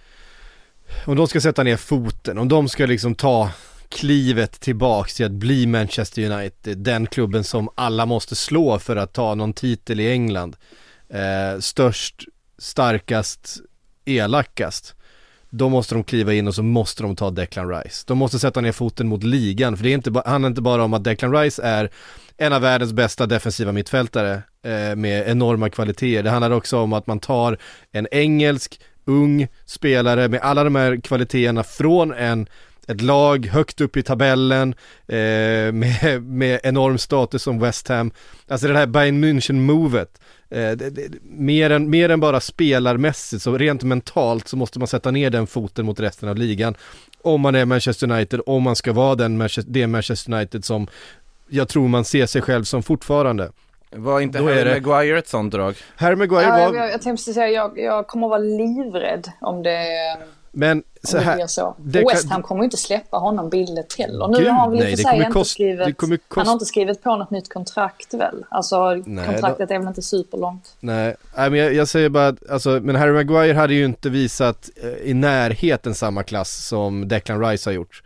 om de ska sätta ner foten, om de ska liksom ta klivet tillbaks till att bli Manchester United, den klubben som alla måste slå för att ta någon titel i England, eh, störst, starkast, elakast, då måste de kliva in och så måste de ta Declan Rice. De måste sätta ner foten mot ligan, för det är inte, handlar inte bara om att Declan Rice är en av världens bästa defensiva mittfältare eh, med enorma kvaliteter. Det handlar också om att man tar en engelsk, ung spelare med alla de här kvaliteterna från en ett lag högt upp i tabellen eh, med, med enorm status som West Ham. Alltså det här Bayern München-movet. Eh, det, det, mer, än, mer än bara spelarmässigt, så rent mentalt så måste man sätta ner den foten mot resten av ligan. Om man är Manchester United, om man ska vara den Manchester, det Manchester United som jag tror man ser sig själv som fortfarande. Var inte Harry det... Maguire ett sånt drag? Harry Maguire ja, var... Jag, jag, jag tänkte säga, jag, jag kommer att vara livrädd om det... Men så här, så. Det West Ham kan... kommer inte släppa honom billigt heller. Nu Gud, har han väl nej, inte, säga, kost... inte skrivit, kost... han har inte skrivit på något nytt kontrakt väl? Alltså nej, kontraktet då... är väl inte superlångt. Nej, nej men jag, jag säger bara att alltså, men Harry Maguire hade ju inte visat eh, i närheten samma klass som Declan Rice har gjort.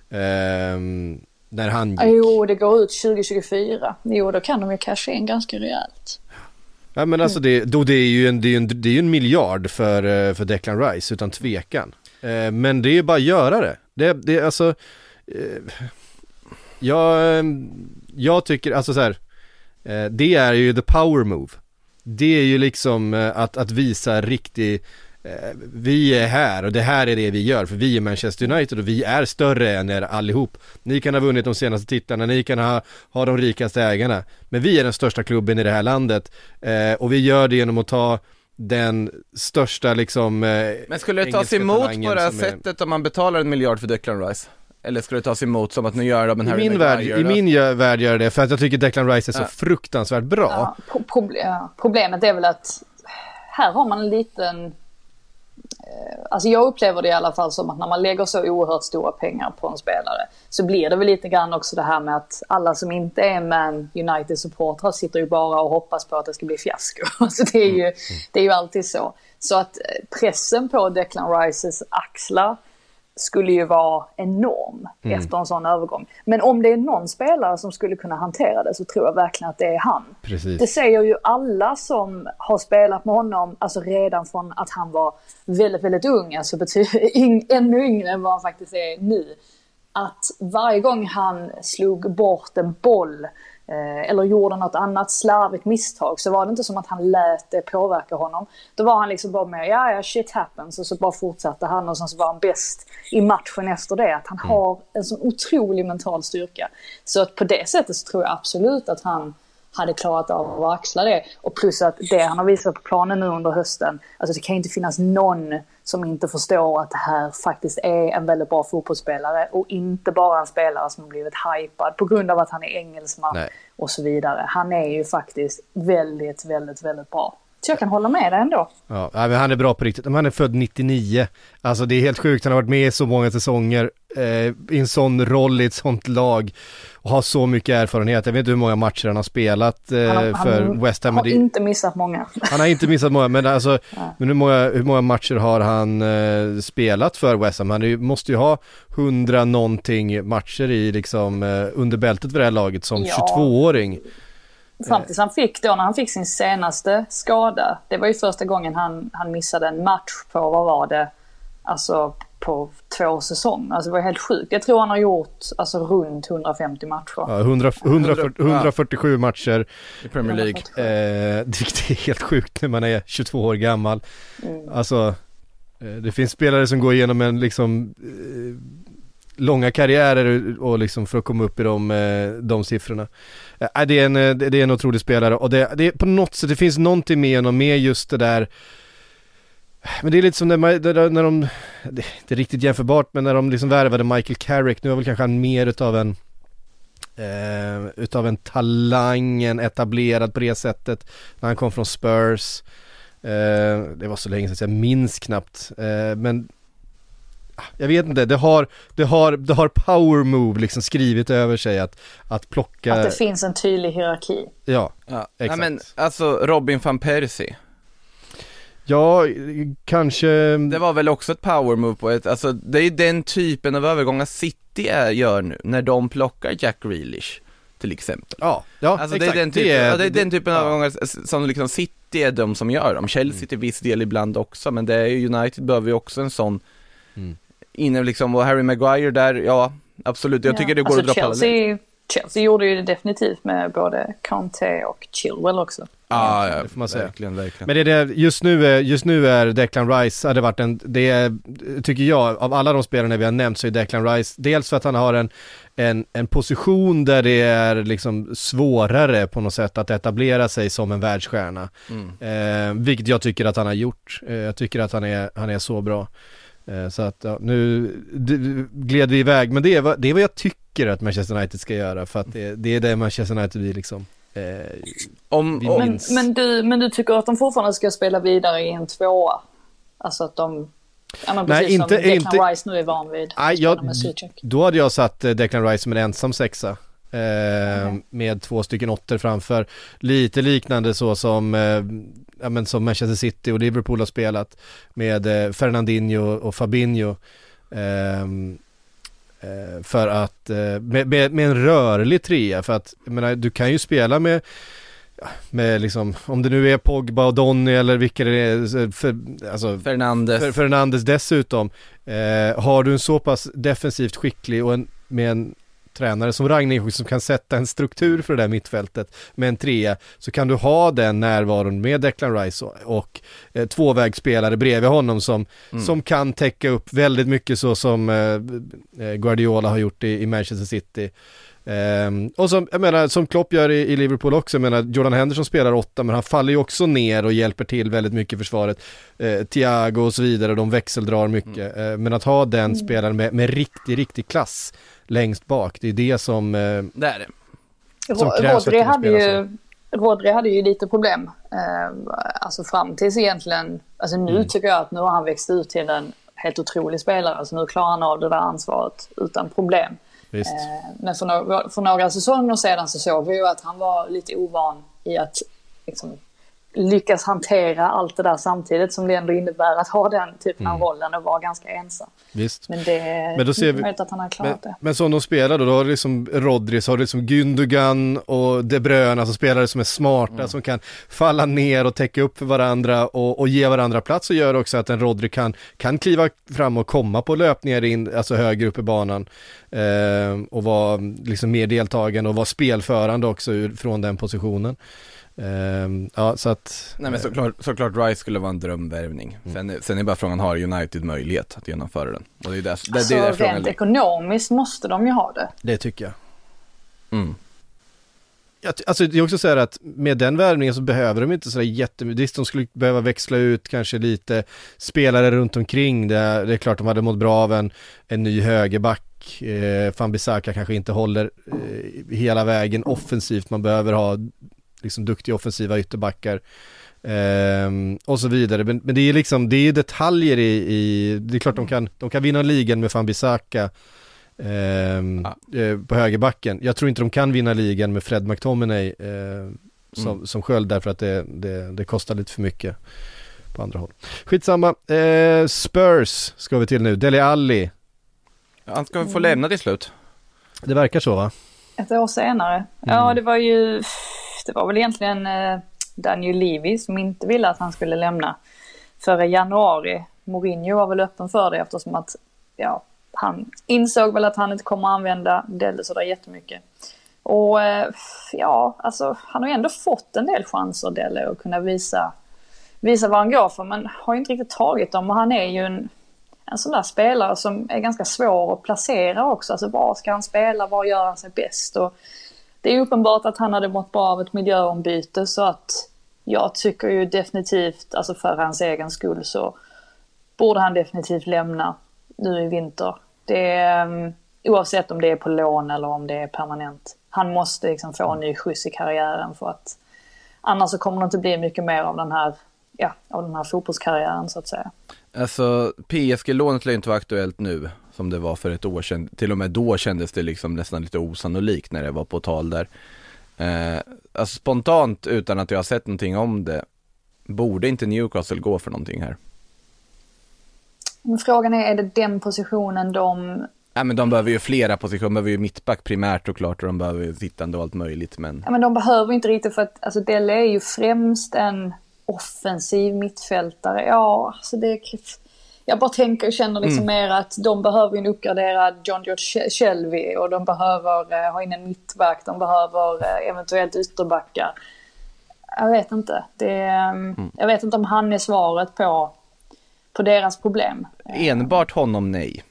Ehm, när han gick. Jo, det går ut tjugo tjugofyra. Jo, då kan de ju casha in ganska rejält. Ja, men alltså det, då det är ju en, det är en, det är ju en miljard för, för Declan Rice utan tvekan. Eh, men det är ju bara att göra det. Det, det är alltså eh, jag, jag tycker alltså så här, eh, det är ju the power move. Det är ju liksom eh, att, att visa riktig eh, vi är här och det här är det vi gör, för vi är Manchester United och vi är större än er allihop. Ni kan ha vunnit de senaste titlarna, ni kan ha, ha de rikaste ägarna, men vi är den största klubben i det här landet eh, och vi gör det genom att ta den största liksom eh, men skulle det tas emot på det här sättet är... om man betalar en miljard för Declan Rice? Eller skulle det tas emot som att nu gör de en Harry I min Maguire? värld, I min gör, värld gör det, för att jag tycker Declan Rice är så ja. fruktansvärt bra. Ja, pro- problem, problemet är väl att här har man en liten... Alltså jag upplever det i alla fall som att när man lägger så oerhört stora pengar på en spelare så blir det väl lite grann också det här med att alla som inte är Man United-supportrar sitter ju bara och hoppas på att det ska bli fiasko. Alltså det är ju, det är ju alltid så. Så att pressen på Declan Rices axlar skulle ju vara enorm mm. efter en sån övergång. Men om det är någon spelare som skulle kunna hantera det så tror jag verkligen att det är han. Precis. Det säger ju alla som har spelat med honom, alltså redan från att han var väldigt, väldigt ung, alltså betyder yng, ännu yngre än vad han faktiskt är nu. att varje gång han slog bort en boll eh, eller gjorde något annat slarvigt misstag, så var det inte som att han lät det påverka honom. Då var han liksom bara med, ja ja, shit happens, och så bara fortsatte han, och sen så var han bäst i matchen efter det. Att han mm. har en sån otrolig mental styrka. Så att på det sättet så tror jag absolut att han hade klarat av att axla det. Och plus att det han har visat på planen nu under hösten, alltså det kan ju inte finnas någon som inte förstår att det här faktiskt är en väldigt bra fotbollsspelare, och inte bara en spelare som har blivit hypad på grund av att han är engelsman. Nej. Och så vidare. Han är ju faktiskt väldigt, väldigt, väldigt bra. Så jag kan hålla med dig ändå. Ja, men han är bra på riktigt. Han är född nittionio. Alltså det är helt sjukt. Han har varit med i så många säsonger eh, i en sån roll i ett sånt lag och har så mycket erfarenhet. Jag vet inte hur många matcher han har spelat eh, han har, för han West Ham. Han har inte missat många. Han har inte missat många, men alltså ja. men hur, många, hur många matcher har han eh, spelat för West Ham? Han är, måste ju ha hundra någonting matcher i liksom eh, under bältet för det här laget som ja. tjugotvååring. Fram tills han fick då, när han fick sin senaste skada, det var ju första gången han, han missade en match på, vad var det, alltså på två säsonger. Alltså det var helt sjukt. Jag tror han har gjort alltså runt hundrafemtio matcher. Ja, hundra, hundra, hundrafyrtiosju matcher i Premier League. Eh, det är helt sjukt när man är tjugotvå år gammal. Mm. Alltså, eh, det finns spelare som går igenom en liksom eh, långa karriärer och liksom för att komma upp i de, de siffrorna. Äh, det, är en, det är en otrolig spelare, och det, det är på något sätt, det finns någonting med honom, med just det där, men det är lite som när, när de, det är inte riktigt jämförbart, men när de liksom värvade Michael Carrick, nu var väl kanske han mer utav en eh, utav en talang, en etablerad på det sättet, när han kom från Spurs. Eh, det var så länge sedan, jag minns knappt, eh, men jag vet inte, det har, det har, det har power move liksom skrivit över sig att, att plocka... Att det finns en tydlig hierarki. Ja, ja. exakt. Nej, men alltså Robin van Persie. Ja, kanske... Det var väl också ett power move på ett... Alltså det är ju den typen av övergångar City är, gör nu, när de plockar Jack Grealish till exempel. Ja, ja alltså, exakt. Det är den typen, det är, ja, det är det, den typen ja. av övergångar som liksom City är de som gör dem. Chelsea till viss del ibland också, men det är ju United behöver ju också en sån... Mm. Inne liksom, och Harry Maguire där, ja absolut, jag tycker ja. det går alltså att dra Chelsea, Chelsea gjorde ju det definitivt med både Conte och Chilwell också. Ah, ja, det får man säga. Verkligen, verkligen. Men det är det, just nu är, just nu är Declan Rice, hade varit en, det är, tycker jag, av alla de spelarna vi har nämnt så är Declan Rice, dels för att han har en, en, en position där det är liksom svårare på något sätt att etablera sig som en världsstjärna. Mm. Eh, vilket jag tycker att han har gjort. Eh, jag tycker att han är, han är så bra. Så att ja, nu gled vi iväg, men det är, vad, det är vad jag tycker att Manchester United ska göra, för att det, det är det Manchester United vi liksom eh, om, vi men, men, du, men du tycker att de fortfarande ska spela vidare i en tvåa? Alltså att de ja, men precis nej, inte, som Declan inte, Rice nu är van vid. Nej, jag, då hade jag satt Declan Rice som en ensam sexa eh, mm. med två stycken åtter framför, lite liknande så som eh, ja, men som Manchester City och Liverpool har spelat med eh, Fernandinho och Fabinho eh, eh, för att eh, med, med, med en rörlig trea, för att jag menar, du kan ju spela med med liksom, om det nu är Pogba och Donny eller vilka det är, för, alltså Fernandes för, Fernandes dessutom, eh, har du en så pass defensivt skicklig och en, med en tränare som Ragnik som kan sätta en struktur för det där mittfältet med en trea, så kan du ha den närvaron med Declan Rice och, och eh, tvåvägsspelare bredvid honom som, mm. som kan täcka upp väldigt mycket så som eh, Guardiola har gjort i, i Manchester City. Um, och som, jag menar, som Klopp gör i, i Liverpool också. Jag menar, Jordan Henderson spelar åtta, men han faller ju också ner och hjälper till väldigt mycket i försvaret. uh, Thiago och så vidare, de växeldrar mycket. mm. uh, Men att ha den mm. spelaren med, med riktig, riktig klass längst bak, det är det som, uh, det är det. som krävs för att hade spela ju, så. Rodri hade ju lite problem uh, alltså fram tills egentligen, alltså nu mm. tycker jag att nu har han växt ut till en helt otrolig spelare, alltså nu klarar han av det där ansvaret utan problem. Visst. Men för några, för några säsonger sedan så såg vi ju att han var lite ovan i att liksom, lyckas hantera allt det där samtidigt som det ändå innebär att ha den typen av Mm. rollen och vara ganska ensam. Visst. Men det är Men då ser vi- möjligt att han har klarat Men, det. men som de spelar då, då har du liksom Rodri, så har du liksom Gündogan och De Bruyne som spelare som är smarta, Mm. som kan falla ner och täcka upp för varandra och, och ge varandra plats, och gör också att en Rodri kan, kan kliva fram och komma på löpningar in, alltså högre upp i banan eh, och vara liksom mer deltagande och vara spelförande också ur, från den positionen. Um, ja, så att Nej, men såklart, såklart Rice skulle vara en drömvärvning. Sen, sen är bara frågan, har United möjlighet att genomföra den? Och det är där, det, Alltså, det är där frågan rent ligger. ekonomiskt måste de ju ha det. det tycker jag. Mm. Ja, t- alltså det är också så här att med den värvningen så behöver de inte så jättemycket. De skulle behöva växla ut kanske lite spelare runt omkring. Det är, det är klart de hade mått bra av en, en ny högerback. Eh, Wan-Bissaka kanske inte håller eh, hela vägen offensivt. Man behöver ha liksom duktiga offensiva ytterbackar. Eh, och så vidare. Men, men det är liksom, det är detaljer i, i det är klart de kan, de kan vinna ligan med Wan-Bissaka Ehm, Ja. eh, på högerbacken. Jag tror inte de kan vinna ligan med Fred McTominay eh, som, Mm. som sköld, därför att det, det, det kostar lite för mycket på andra håll. Skitsamma. Eh, Spurs ska vi till nu. Dele Alli. Han ska få lämna till slut. Det verkar så, va? Ett år senare. Ja, det var ju... Det var väl egentligen eh, Daniel Levy som inte ville att han skulle lämna före januari. Mourinho var väl öppen för det eftersom att ja, han insåg väl att han inte kommer att använda Dele så där jättemycket. Och eh, ja, alltså han har ju ändå fått en del chanser Dele att kunna visa, visa vad han går för, men har ju inte riktigt tagit dem, och han är ju en, en sån där spelare som är ganska svår att placera också. Alltså var ska han spela, var gör han sig bäst? Och det är uppenbart att han hade mått bra av ett miljöombyte, så att jag tycker ju definitivt, alltså för hans egen skull så borde han definitivt lämna nu i vinter. Det är, um, oavsett om det är på lån eller om det är permanent. Han måste liksom få en ny skjuts i karriären, för att annars så kommer det inte bli mycket mer av den här, ja, av den här fotbollskarriären så att säga. Alltså P S G-lånet lär inte vara aktuellt nu som det var för ett år sedan. Till och med då kändes det liksom nästan lite osannolikt när det var på tal där. Eh, alltså spontant, utan att jag har sett någonting om det, borde inte Newcastle gå för någonting här? Men frågan är, är det den positionen de... Nej, men de behöver ju flera positioner, de behöver ju mittback primärt och klart, och de behöver ju sittande och allt möjligt, men... Ja, men de behöver inte riktigt, för att alltså, Dele är ju främst en offensiv mittfältare. Ja, alltså det... Jag bara tänker och känner liksom mm. mer att de behöver en uppgraderad John George Shelby, och de behöver eh, ha in en mittback, de behöver eh, eventuellt ytterbackar. Jag vet inte. Det, eh, mm. Jag vet inte om han är svaret på, på deras problem. Enbart honom, nej.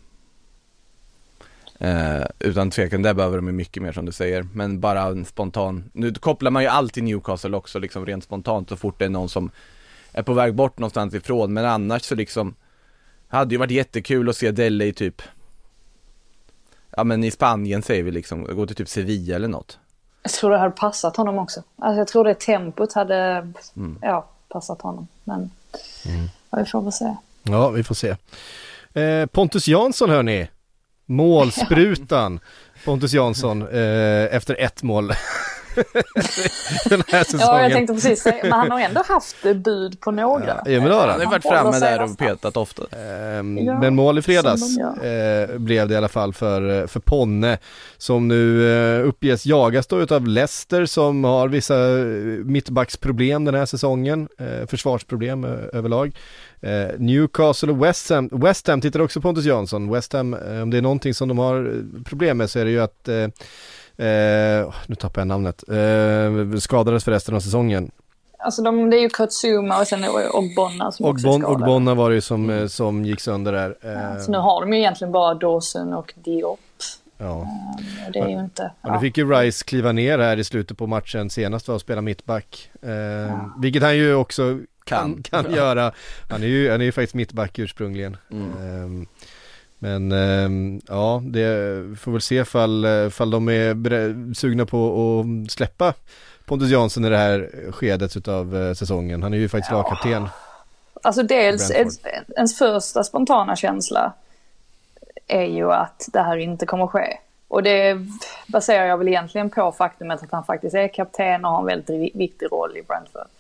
Eh, utan tvekan, där behöver de ju mycket mer som du säger. Men bara en spontan... Nu kopplar man ju alltid Newcastle också, liksom rent spontant, så fort det är någon som är på väg bort någonstans ifrån. Men annars så liksom... hade ju varit jättekul att se Dele i typ... Ja, men i Spanien säger vi liksom, gå till typ Sevilla eller något. Jag tror det hade passat honom också. Alltså jag tror det tempot hade mm. ja, passat honom. Men mm. ja, vi får väl se. Ja, vi får se. Eh, Pontus Jansson, hör ni. Målsprutan. Pontus Jansson eh, efter ett mål. Den här säsongen. Ja, jag tänkte precis säga, men han har ändå haft bud på några. Ja, ja men då har han. Han har varit framme där och petat ofta. Um, ja, men mål i fredags eh, blev det i alla fall för, för Ponne, som nu eh, uppges jagas då utav Leicester, som har vissa mittbacksproblem den här säsongen, eh, försvarsproblem eh, överlag. Eh, Newcastle och West Ham, West Ham tittar också på Pontus Jansson. West Ham, eh, om det är någonting som de har problem med så är det ju att eh, Eh, nu tappar jag namnet. Eh, skadades för resten av säsongen. Alltså de, det är ju Kutsuma och sen Ogbonna som också är skadade. Ogbonna var det ju som, mm. som gick sönder där. Eh, ja, så nu har de ju egentligen bara Dawson och Diop. Ja. Eh, det är ju inte... Ja. Nu fick ju Rice kliva ner här i slutet på matchen senast för att spela mittback. Eh, ja. Vilket han ju också kan, kan ja. göra. Han är ju, han är ju faktiskt mittback ursprungligen. Mm. Eh, Men ähm, ja, det får väl se fall, fall de är bre- sugna på att släppa Pontus Jansson i det här skedet utav äh, säsongen. Han är ju faktiskt ja. lagkapten. Alltså dels, ens, ens första spontana känsla är ju att det här inte kommer att ske. Och det baserar jag väl egentligen på faktumet att han faktiskt är kapten och har en väldigt viktig roll i Brentford.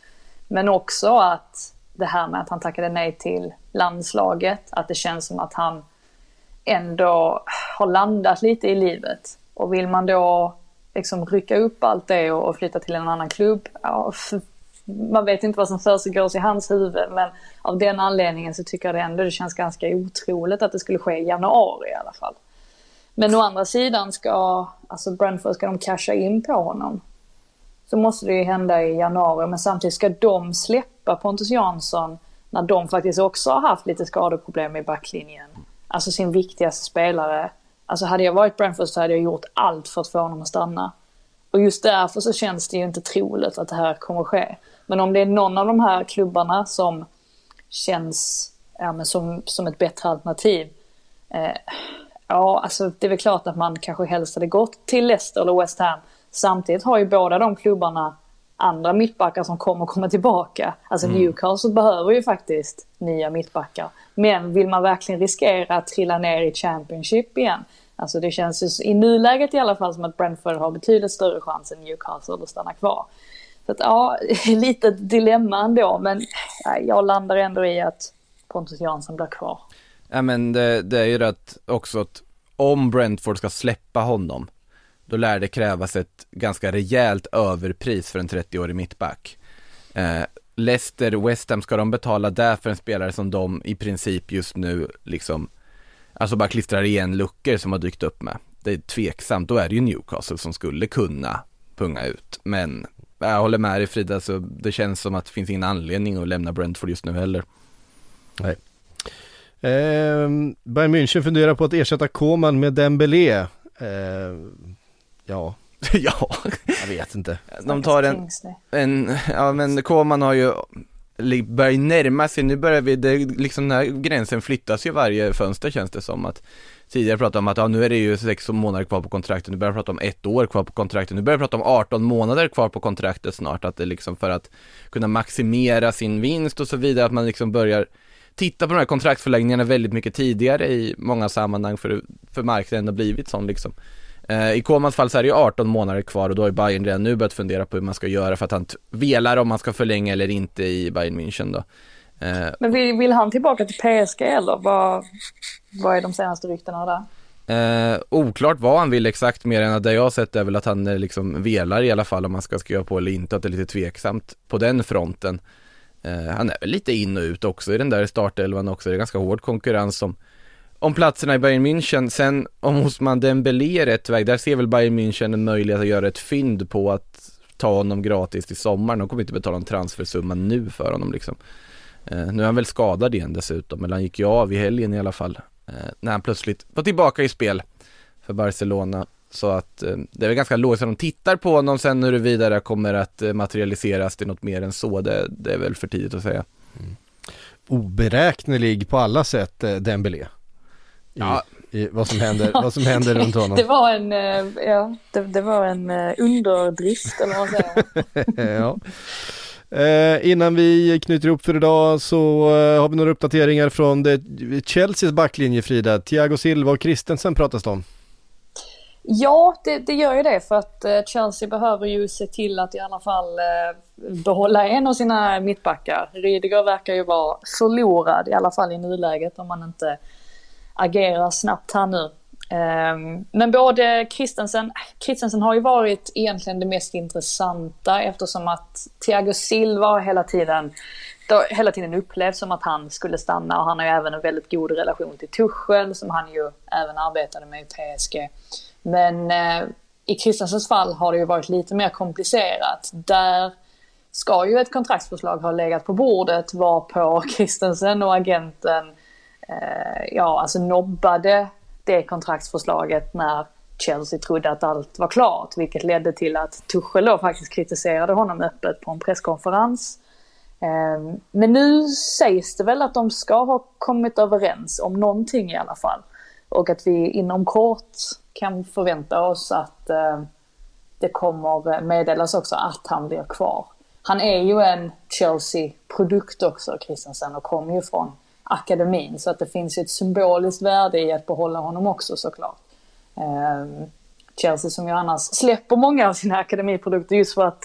Men också att det här med att han tackade nej till landslaget, att det känns som att han ändå har landat lite i livet. Och vill man då liksom rycka upp allt det och flytta till en annan klubb, ja, man vet inte vad som försiggår i hans huvud, men av den anledningen så tycker jag det ändå det känns ganska otroligt att det skulle ske i januari i alla fall. Men å andra sidan ska alltså Brentford, ska de casha in på honom, så måste det ju hända i januari, men samtidigt ska de släppa Pontus Jansson när de faktiskt också har haft lite skadeproblem i backlinjen. Alltså sin viktigaste spelare. Alltså hade jag varit Brentford så hade jag gjort allt för att få honom att stanna. Och just därför så känns det ju inte troligt att det här kommer att ske. Men om det är någon av de här klubbarna som känns ja, men som, som ett bättre alternativ. Eh, ja, alltså det är väl klart att man kanske helst hade gått till Leicester eller West Ham. Samtidigt har ju båda de klubbarna andra mittbackar som kommer komma tillbaka. Alltså mm. Newcastle behöver ju faktiskt nya mittbackar. Men vill man verkligen riskera att trilla ner i Championship igen? Alltså det känns ju i nuläget i alla fall som att Brentford har betydligt större chans än Newcastle att stanna kvar. Så att ja, lite ett dilemma ändå. Men ja, jag landar ändå i att Pontus Jansson blir kvar. Ja, men det, det är ju rätt också att om Brentford ska släppa honom, då lär det krävas ett ganska rejält överpris för en trettioårig mittback. Eh, Leicester, West Ham, ska de betala där för en spelare som de i princip just nu liksom, alltså bara klistrar igen luckor som har dykt upp med. Det är tveksamt, då är det ju Newcastle som skulle kunna punga ut. Men jag håller med dig Frida, så det känns som att det finns ingen anledning att lämna Brentford just nu heller. Nej. Eh, Bayern München funderar på att ersätta Koman med Dembélé. Eh, ja. ja, jag vet inte. De tar en, en ja men Koman har ju börjar närma sig, nu börjar vi, det, liksom den här gränsen flyttas ju varje fönster känns det som. Att tidigare pratade om att ja, nu är det ju sex månader kvar på kontraktet, nu börjar prata om ett år kvar på kontraktet, nu börjar prata om arton månader kvar på kontraktet snart, att det liksom för att kunna maximera sin vinst och så vidare, att man liksom börjar titta på de här kontraktsförlängningarna väldigt mycket tidigare i många sammanhang, för, för marknaden har blivit sån liksom. Eh, I Komans fall så är det ju arton månader kvar, och då har Bayern redan nu börjat fundera på hur man ska göra för att han t- velar om man ska förlänga eller inte i Bayern München då. Eh, Men vill, vill han tillbaka till P S G eller vad, vad är de senaste ryktena där? Eh, oklart vad han vill exakt, mer än att det jag har sett är väl att han liksom velar i alla fall om man ska skriva på eller inte, att det är lite tveksamt på den fronten. Eh, han är väl lite in och ut också i den där startelvan också, det är ganska hård konkurrens om, om platserna i Bayern München. Sen om Ousmane Dembélé är rätt väg, där ser väl Bayern München en möjlighet att göra ett fynd på att ta honom gratis till sommaren. De kommer inte betala en transfersumma nu för honom liksom. Eh, nu är han väl skadad igen dessutom, men han gick ju av i helgen i alla fall. När han plötsligt var tillbaka i spel för Barcelona. Så att eh, det är väl ganska lågt att de tittar på honom. Sen hur det vidare kommer att eh, materialiseras till något mer än så, det, det är väl för tidigt att säga. Mm. Oberäknelig på alla sätt, eh, Dembélé. I, ja. i vad som händer, vad som händer runt honom. Det var en, eh, ja, det, det var en eh, underdrift eller vad säger ja. Eh, innan vi knyter ihop för idag så eh, har vi några uppdateringar från det, Chelseas backlinje, Frida. Thiago Silva och Christensen pratas det om. Ja, det, det gör ju det, för att eh, Chelsea behöver ju se till att i alla fall eh, behålla en av sina mittbackar. Rydiger verkar ju vara förlorad, i alla fall i nuläget, om man inte agerar snabbt här nu. Um, men både Christensen, Christensen har ju varit egentligen det mest intressanta, eftersom att Thiago Silva hela tiden, då, hela tiden upplevt som att han skulle stanna, och han har ju även en väldigt god relation till Tuchel som han ju även arbetade med i P S G. Men uh, i Christensens fall har det ju varit lite mer komplicerat. Där ska ju ett kontraktsförslag ha legat på bordet, var på Christensen och agenten uh, ja, alltså nobbade det kontraktsförslaget när Chelsea trodde att allt var klart, vilket ledde till att Tuchel då faktiskt kritiserade honom öppet på en presskonferens. Men nu sägs det väl att de ska ha kommit överens om någonting i alla fall, och att vi inom kort kan förvänta oss att det kommer meddelas också att han blir kvar. Han är ju en Chelsea-produkt också, Christensen, och kommer ju från akademin, så att det finns ett symboliskt värde i att behålla honom också, såklart. Um, Chelsea som ju annars släpper många av sina akademiprodukter just för att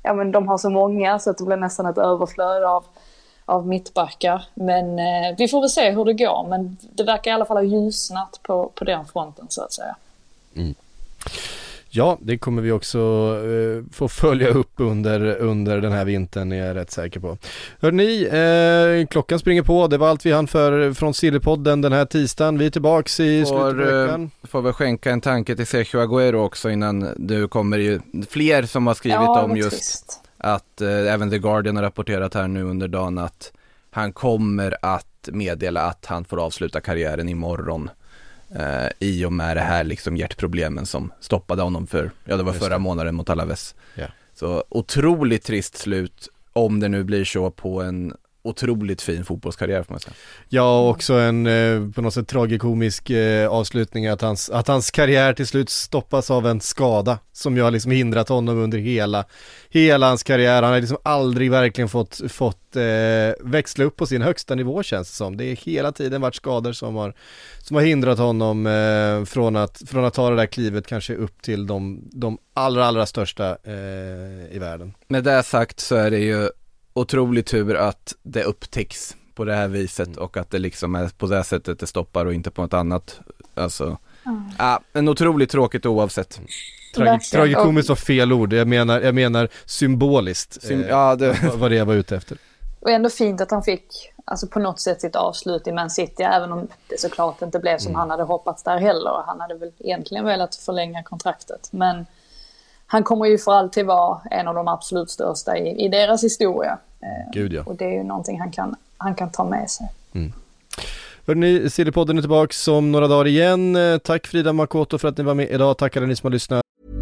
ja, men de har så många så att det blir nästan ett överflöd av, av mittbackar. Men eh, vi får väl se hur det går. Men det verkar i alla fall ha ljusnat på, på den fronten så att säga. Mm. Ja, det kommer vi också eh, få följa upp under, under den här vintern, är jag rätt säker på. Hörrni, eh, klockan springer på. Det var allt vi hann för från Sillypodden den här tisdagen. Vi är tillbaks i får, slutet av veckan. Får väl skänka en tanke till Sergio Agüero också innan du kommer ju fler som har skrivit ja, om just trist. att eh, även The Guardian har rapporterat här nu under dagen att han kommer att meddela att han får avsluta karriären imorgon. Uh, i och med det här liksom hjärtproblemen som stoppade honom för, ja det var förra månaden mot Alaves. Yeah. Så otroligt trist slut, om det nu blir så, på en otroligt fin fotbollskarriär får man säga. Ja, också en eh, på något sätt tragikomisk eh, avslutning att hans, att hans karriär till slut stoppas av en skada som ju har liksom hindrat honom under hela, hela hans karriär. Han har liksom aldrig verkligen fått, fått eh, växla upp på sin högsta nivå, känns det som. Det är hela tiden varit skador som har, som har hindrat honom eh, från, att, från att ta det där klivet kanske upp till de, de allra, allra största eh, i världen. Med det sagt så är det ju otroligt tur att det upptäcks på det här viset mm. och att det liksom är på det här sättet det stoppar och inte på något annat. Alltså, mm. ja, en otroligt tråkigt oavsett. Tragi- tragikomiskt var fel ord, jag menar, jag menar symboliskt. Sym- eh, ja, det var det jag var ute efter. Och ändå fint att han fick alltså på något sätt sitt avslut i Man City, även om det såklart inte blev som mm. han hade hoppats där heller. Han hade väl egentligen velat förlänga kontraktet, men han kommer ju för alltid vara en av de absolut största i, i deras historia. Gud, ja. Och det är ju någonting han kan, han kan ta med sig. Mm. Hörrni, Sillypodden är tillbaka om några dagar igen. Tack Frida Makoto för att ni var med idag. Tack alla ni som har lyssnat.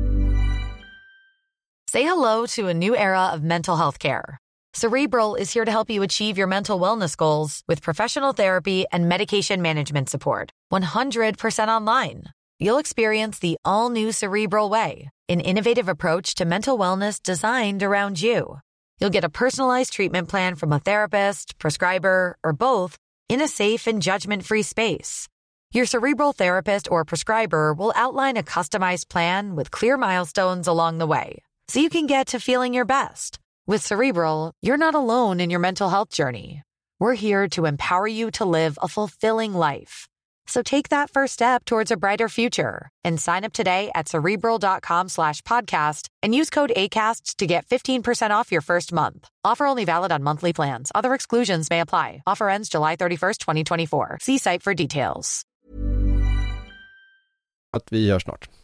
Say hello to a new era of mental health care. Cerebral is here to help you achieve your mental wellness goals with professional therapy and medication management support. one hundred percent online. You'll experience the all-new Cerebral Way, an innovative approach to mental wellness designed around you. You'll get a personalized treatment plan from a therapist, prescriber, or both in a safe and judgment-free space. Your Cerebral therapist or prescriber will outline a customized plan with clear milestones along the way, so you can get to feeling your best. With Cerebral, you're not alone in your mental health journey. We're here to empower you to live a fulfilling life. So take that first step towards a brighter future and sign up today at Cerebral.com slash podcast and use code ACAST to get fifteen percent off your first month. Offer only valid on monthly plans. Other exclusions may apply. Offer ends July thirty-first, twenty twenty-four. See site for details. Att vi gör snart.